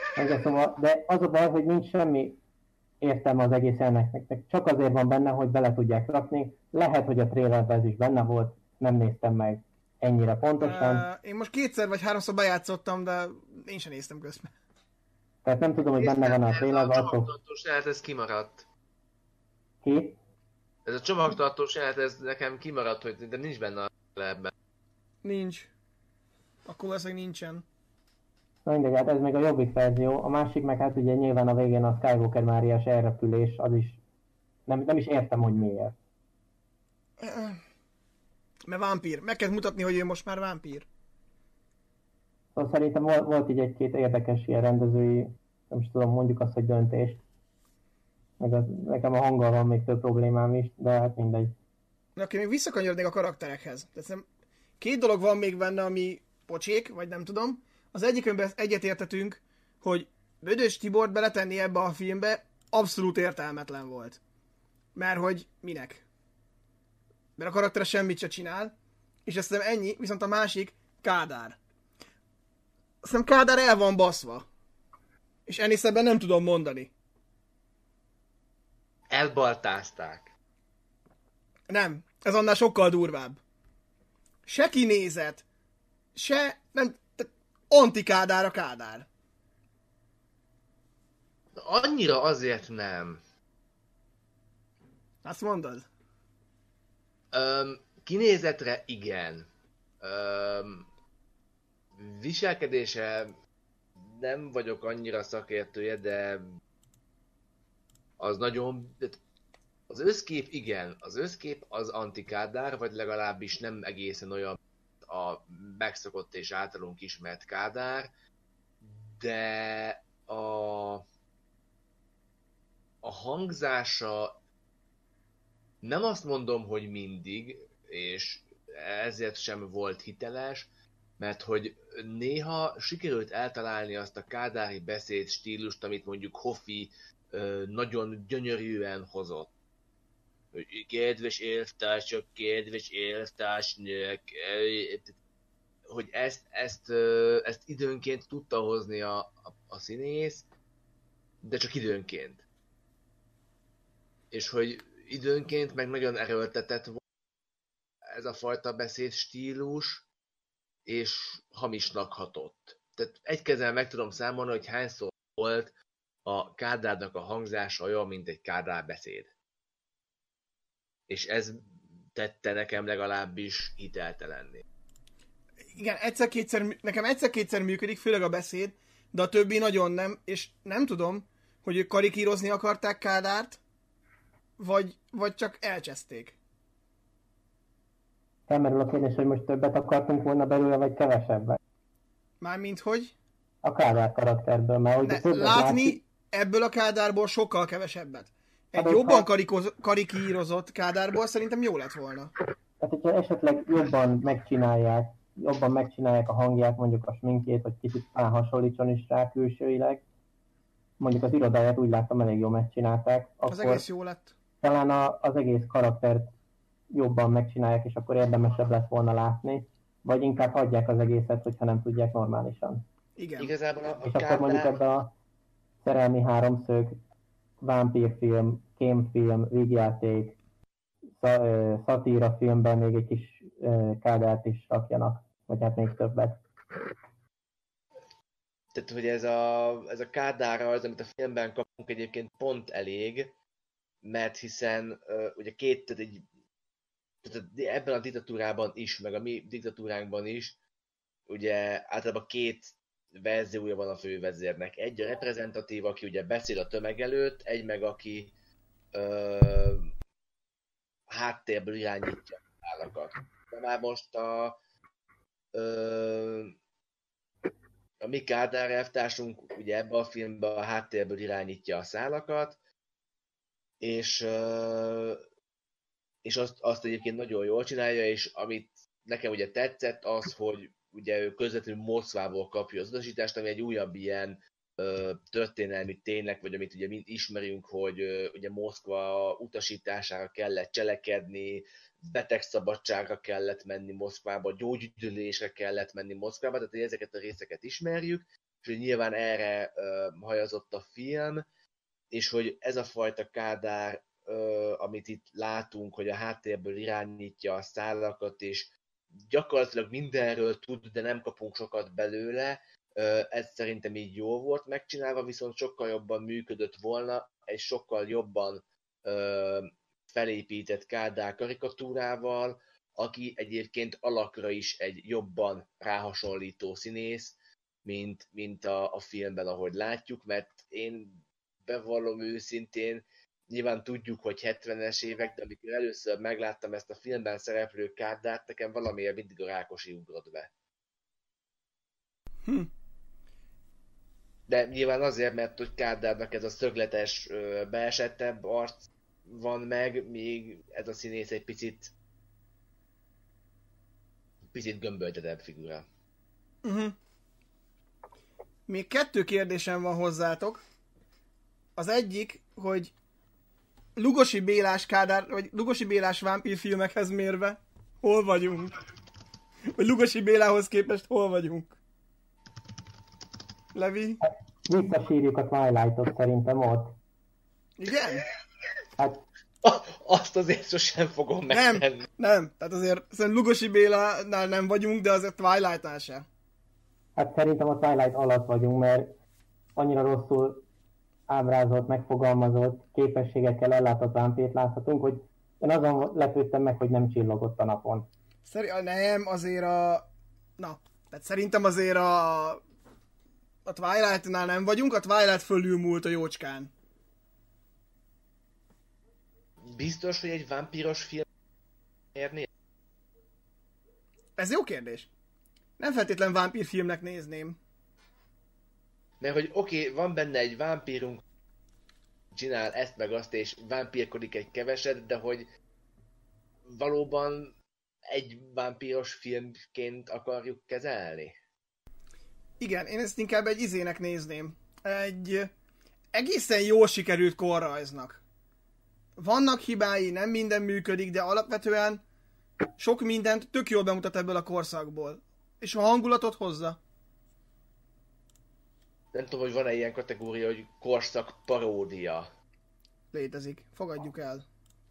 De az a baj, hogy nincs semmi értelme az egész jelenetnek. Csak azért van benne, hogy bele tudják rakni. Lehet, hogy a trailerben ez is benne volt, nem néztem meg ennyire pontosan. Én most 2 vagy 3-szor bejátszottam, de én sem néztem közben. Tehát nem tudom, hogy benne van a trailerben. Ez a csomagtartós jelenet, ez kimaradt. Ki? Ez a csomagtartós jelenet, ez nekem kimaradt, hogy de nincs benne a trailerben. Nincs. Akkor valószínűleg nincsen. Na mindegy, hát ez még a jobbik verzió. A másik meg hát ugye nyilván a végén a Skywalker Máriás elrepülés, az is nem is értem, hogy miért. Mert vámpír. Meg kell mutatni, hogy ő most már vámpír. Szóval szerintem volt így 1-2 érdekes ilyen rendezői, nem is tudom, mondjuk azt, hogy döntést. Nekem a hanggal van még több problémám is, de hát mindegy. Na, akkor még visszakanyarodnék a karakterekhez. Tehát 2 dolog van még benne, ami pocsék, vagy nem tudom. Az egyikönben egyetértetünk, hogy Bödös Tibort beletenni ebbe a filmbe abszolút értelmetlen volt. Mert hogy minek? Mert a karaktere semmit se csinál, és azt hiszem ennyi, viszont a másik Kádár. hiszem Kádár el van baszva. És ennél szebben nem tudom mondani. Elbaltázták. Nem, ez annál sokkal durvább. Se kinézet, se... nem... anti-Kádár a Kádár. Annyira azért nem. Azt mondod? Kinézetre igen. Viselkedése nem vagyok annyira szakértője, de az nagyon... Az összkép igen, az összkép az anti-Kádár, vagy legalábbis nem egészen olyan a megszokott és általunk ismert Kádár, de a hangzása nem azt mondom, hogy mindig, és ezért sem volt hiteles, mert hogy néha sikerült eltalálni azt a kádári beszéd stílust, amit mondjuk Hoffi nagyon gyönyörűen hozott. Kedves élvtársak, kedves élvtársnők, hogy ezt időnként tudta hozni a színész, de csak időnként. És hogy időnként meg nagyon erőltetett volt ez a fajta beszédstílus, és hamisnak hatott. Tehát egy kezen meg tudom számolni, hogy hányszor volt a Kádárnak a hangzása olyan, mint egy Kádár beszéd. És ez tette nekem legalábbis hiteltelenné. Igen, nekem egyszer-kétszer működik, főleg a beszéd, de a többi nagyon nem, és nem tudom, hogy ők karikírozni akarták Kádárt, vagy csak elcseszték. Felmerül a kérdés, hogy most többet akartunk volna belőle, vagy kevesebbet. Mármint hogy? A Kádár karakterből, mert hogy látni ebből a Kádárból sokkal kevesebbet. Egy hát jobban karikírozott Kádárból szerintem jó lett volna. Tehát, hogyha esetleg jobban megcsinálják a hangját, mondjuk a sminkjét, hogy kicsit hasonlítson is rá külsőileg, mondjuk az irodáját úgy láttam elég jól megcsinálták, az egész jó lett. Talán az egész karaktert jobban megcsinálják, és akkor érdemesebb lett volna látni, vagy inkább hagyják az egészet, hogyha nem tudják normálisan. Igen. Igazából és akkor mondjuk ebben a szerelmi háromszög, vámpírfilm, kémfilm, vígjáték, szatíra filmben még egy kis Kádárt is rakjanak, vagy hát még többet. Tehát, hogy ez a Kádár az, amit a filmben kapunk, egyébként pont elég, mert hiszen ugye tehát ebben a diktatúrában is, meg a mi diktatúránkban is, ugye általában két verziója van a fővezérnek. Egy a reprezentatív, aki ugye beszél a tömeg előtt, egy meg aki háttérből irányítja a szálakat. De már most a mi Kádár elvtársunk ugye ebben a filmben a háttérből irányítja a szálakat, és azt egyébként nagyon jól csinálja, és amit nekem ugye tetszett az, hogy ugye ő közvetlenül Moszkvából kapja az utasítást, ami egy újabb ilyen történelmi ténynek, vagy amit ugye mind ismerünk, hogy ugye Moszkva utasítására kellett cselekedni, betegszabadságra kellett menni Moszkvába, gyógyüdülésre kellett menni Moszkvába, tehát hogy ezeket a részeket ismerjük, és hogy nyilván erre hajazott a film, és hogy ez a fajta Kádár, amit itt látunk, hogy a háttérből irányítja a szálakat, és gyakorlatilag mindenről tud, de nem kapunk sokat belőle, ez szerintem így jó volt megcsinálva, viszont sokkal jobban működött volna egy sokkal jobban felépített Kádár karikatúrával, aki egyébként alakra is egy jobban ráhasonlító színész, mint a filmben, ahogy látjuk, mert én bevallom őszintén, nyilván tudjuk, hogy 70-es évek, de amikor először megláttam ezt a filmben szereplő Kádárt, nekem valamiért mindig a Rákosi ugrott be. De nyilván azért, mert hogy Kádárnak ez a szögletes, beesettebb arc van meg, míg ez a színész egy picit gömböltetebb figura. Még 2 kérdésem van hozzátok. Az egyik, hogy Lugosi Bélás Kádár, vagy Lugosi Bélás vámpírfilmekhez mérve hol vagyunk? Vagy Lugosi Bélához képest hol vagyunk? Levi? Visszasírjuk a Twilight-ot szerintem ott. Igen? Hát Azt azért sosem fogom Nem, megtenni. nem. Tehát azért szerintem Lugosi Bélánál nem vagyunk, de azért Twilight-nál sem. Hát szerintem a Twilight alatt vagyunk, mert annyira rosszul ábrázolt, megfogalmazott képességekkel ellátott vámpírt láthatunk, hogy én azon lepődtem meg, hogy nem csillogott a napon. Nem, azért Na, tehát szerintem azért a Twilight-nál nem vagyunk, a Twilight fölül múlt a jócskán. Biztos, hogy egy vámpíros film érné? Ez jó kérdés. Nem feltétlen vámpírfilmnek nézném. Mert hogy oké, van benne egy vámpírunk, csinál ezt meg azt, és vámpírkodik egy keveset, de hogy valóban egy vámpíros filmként akarjuk kezelni? Igen, én ezt inkább egy izének nézném. Egy egészen jól sikerült korrajznak. Vannak hibái, nem minden működik, de alapvetően sok mindent tök jól bemutat ebből a korszakból. És a hangulatot hozza. Nem tudom, hogy van-e ilyen kategória, hogy korszak paródia. Létezik. Fogadjuk el.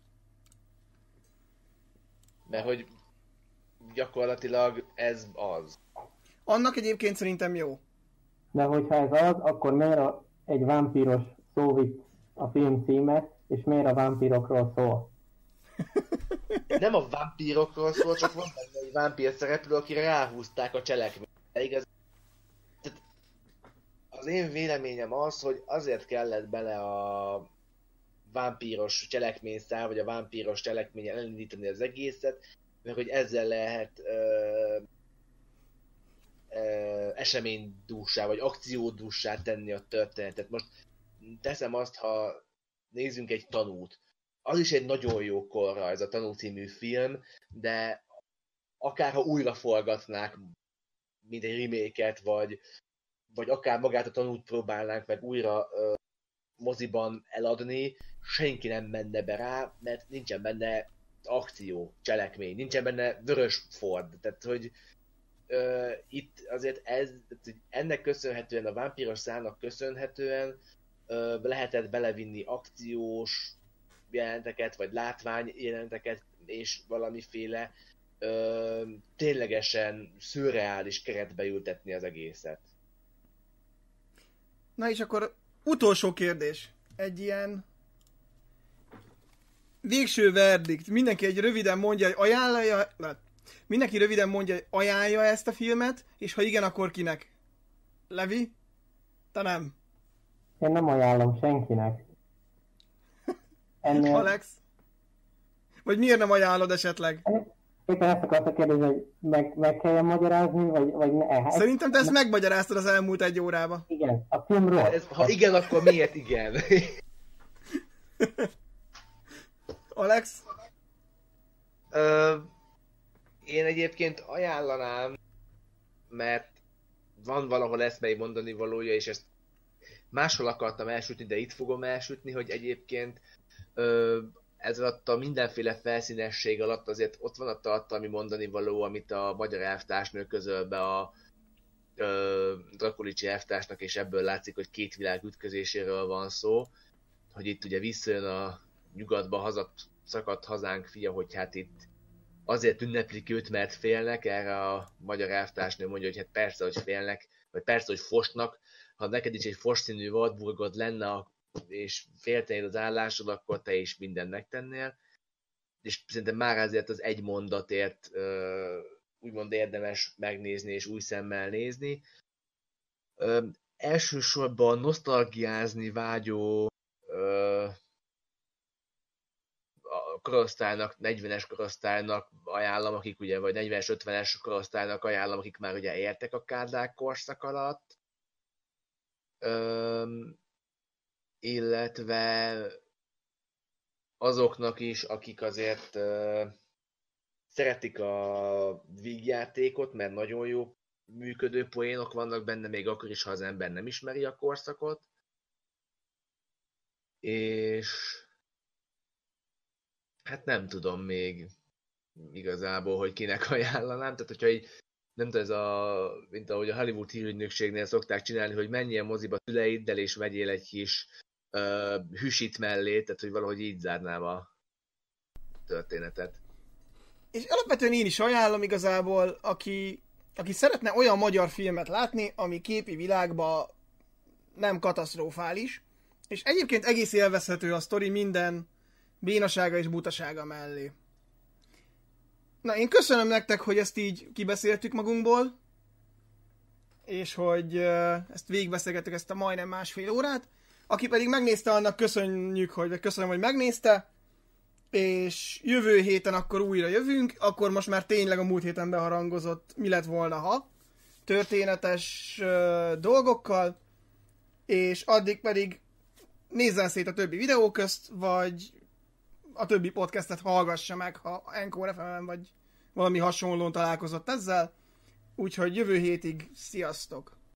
Mert hogy gyakorlatilag ez az. Annak egyébként szerintem jó. De hogyha ez az, akkor miért egy vámpíros szó vitt a film címe, és miért a vámpírokról szól? Nem a vámpírokról szól, csak van benne egy vámpír szereplő, akire ráhúzták a cselekményt. Igaz? Tehát az én véleményem az, hogy azért kellett bele a vámpíros cselekményszál, vagy a vámpíros cselekményen elindítani az egészet, mert hogy ezzel lehet eseménydússá, vagy akciódússá tenni a történetet. Most teszem azt, ha nézzünk egy Tanút. Az is egy nagyon jó korrajz, a Tanú című film, de akár ha újra forgatnák, mint egy remake-et, vagy akár magát a Tanút próbálnánk meg újra moziban eladni, senki nem menne be rá, mert nincsen benne akció, cselekmény, nincsen benne vörös Ford. Tehát, hogy itt azért ennek köszönhetően, a vámpíros szálnak köszönhetően lehetett belevinni akciós jelenteket, vagy látvány jelenteket, és valamiféle ténylegesen szürreális keretbe ültetni az egészet. Na és akkor utolsó kérdés. Egy ilyen végső verdikt. Mindenki egy röviden mondja, hogy ajánlja... Mindenki röviden mondja, hogy ajánlja ezt a filmet, és ha igen, akkor kinek? Levi? Te nem. Én nem ajánlom senkinek. Ennél... Alex? Vagy miért nem ajánlod esetleg? Éppen ezt akartam kérdezni, hogy meg kelljen magyarázni, vagy ne? Szerintem te ezt megmagyaráztad az elmúlt egy órában. Igen, a film rossz. Ha igen, akkor miért igen? Alex? Én egyébként ajánlanám, mert van valahol eszmei mondani valója, és ezt máshol akartam elsütni, de itt fogom elsütni, hogy egyébként ez alatt a mindenféle felszínesség alatt azért ott van a tartalmi mondani való, amit a magyar elvtársnő közöl be a Drakulicsi elvtársnak, és ebből látszik, hogy két világ ütközéséről van szó, hogy itt ugye visszajön a nyugatba szakadt hazánk fia, hogy hát itt azért ünneplik őt, mert félnek, erre a magyar elvtársnő mondja, hogy hát persze, hogy félnek, vagy persze, hogy fosnak, ha neked is egy fos színű Wartburgod lenne, és féltenéd az állásod, akkor te is mindent megtennél. És szerintem már ezért az egy mondatért úgymond érdemes megnézni és új szemmel nézni. Elsősorban nosztalgiázni vágyó a korosztálynak, 40-es korosztálynak ajánlom, akik ugye, vagy 40-es, 50-es korosztálynak ajánlom, akik már ugye értek a Kádár korszak alatt. Illetve azoknak is, akik azért szeretik a vígjátékot, mert nagyon jó működő poénok vannak benne, még akkor is, ha az ember nem ismeri a korszakot. És hát nem tudom még igazából, hogy kinek ajánlanám. Tehát, hogyha így nem tudom, mint ahogy a Hollywood hírügynökségnél szokták csinálni, hogy menjél moziba szüleiddel, és vegyél egy kis hüsit mellé, tehát hogy valahogy így zárnám a történetet. És alapvetően én is ajánlom igazából, aki szeretne olyan magyar filmet látni, ami képi világban nem katasztrofális, és egyébként egész élvezhető a sztori minden bénasága és butasága mellé. Na, én köszönöm nektek, hogy ezt így kibeszéltük magunkból, és hogy ezt végigbeszélgettük, ezt a majdnem másfél órát. Aki pedig megnézte, annak köszönöm, hogy megnézte, és jövő héten akkor újra jövünk, akkor most már tényleg a múlt héten beharangozott mi lett volna, ha történetes dolgokkal, és addig pedig nézzen szét a többi videó közt, vagy a többi podcastet hallgassa meg, ha Encore FM-en vagy valami hasonlón találkozott ezzel. Úgyhogy jövő hétig sziasztok!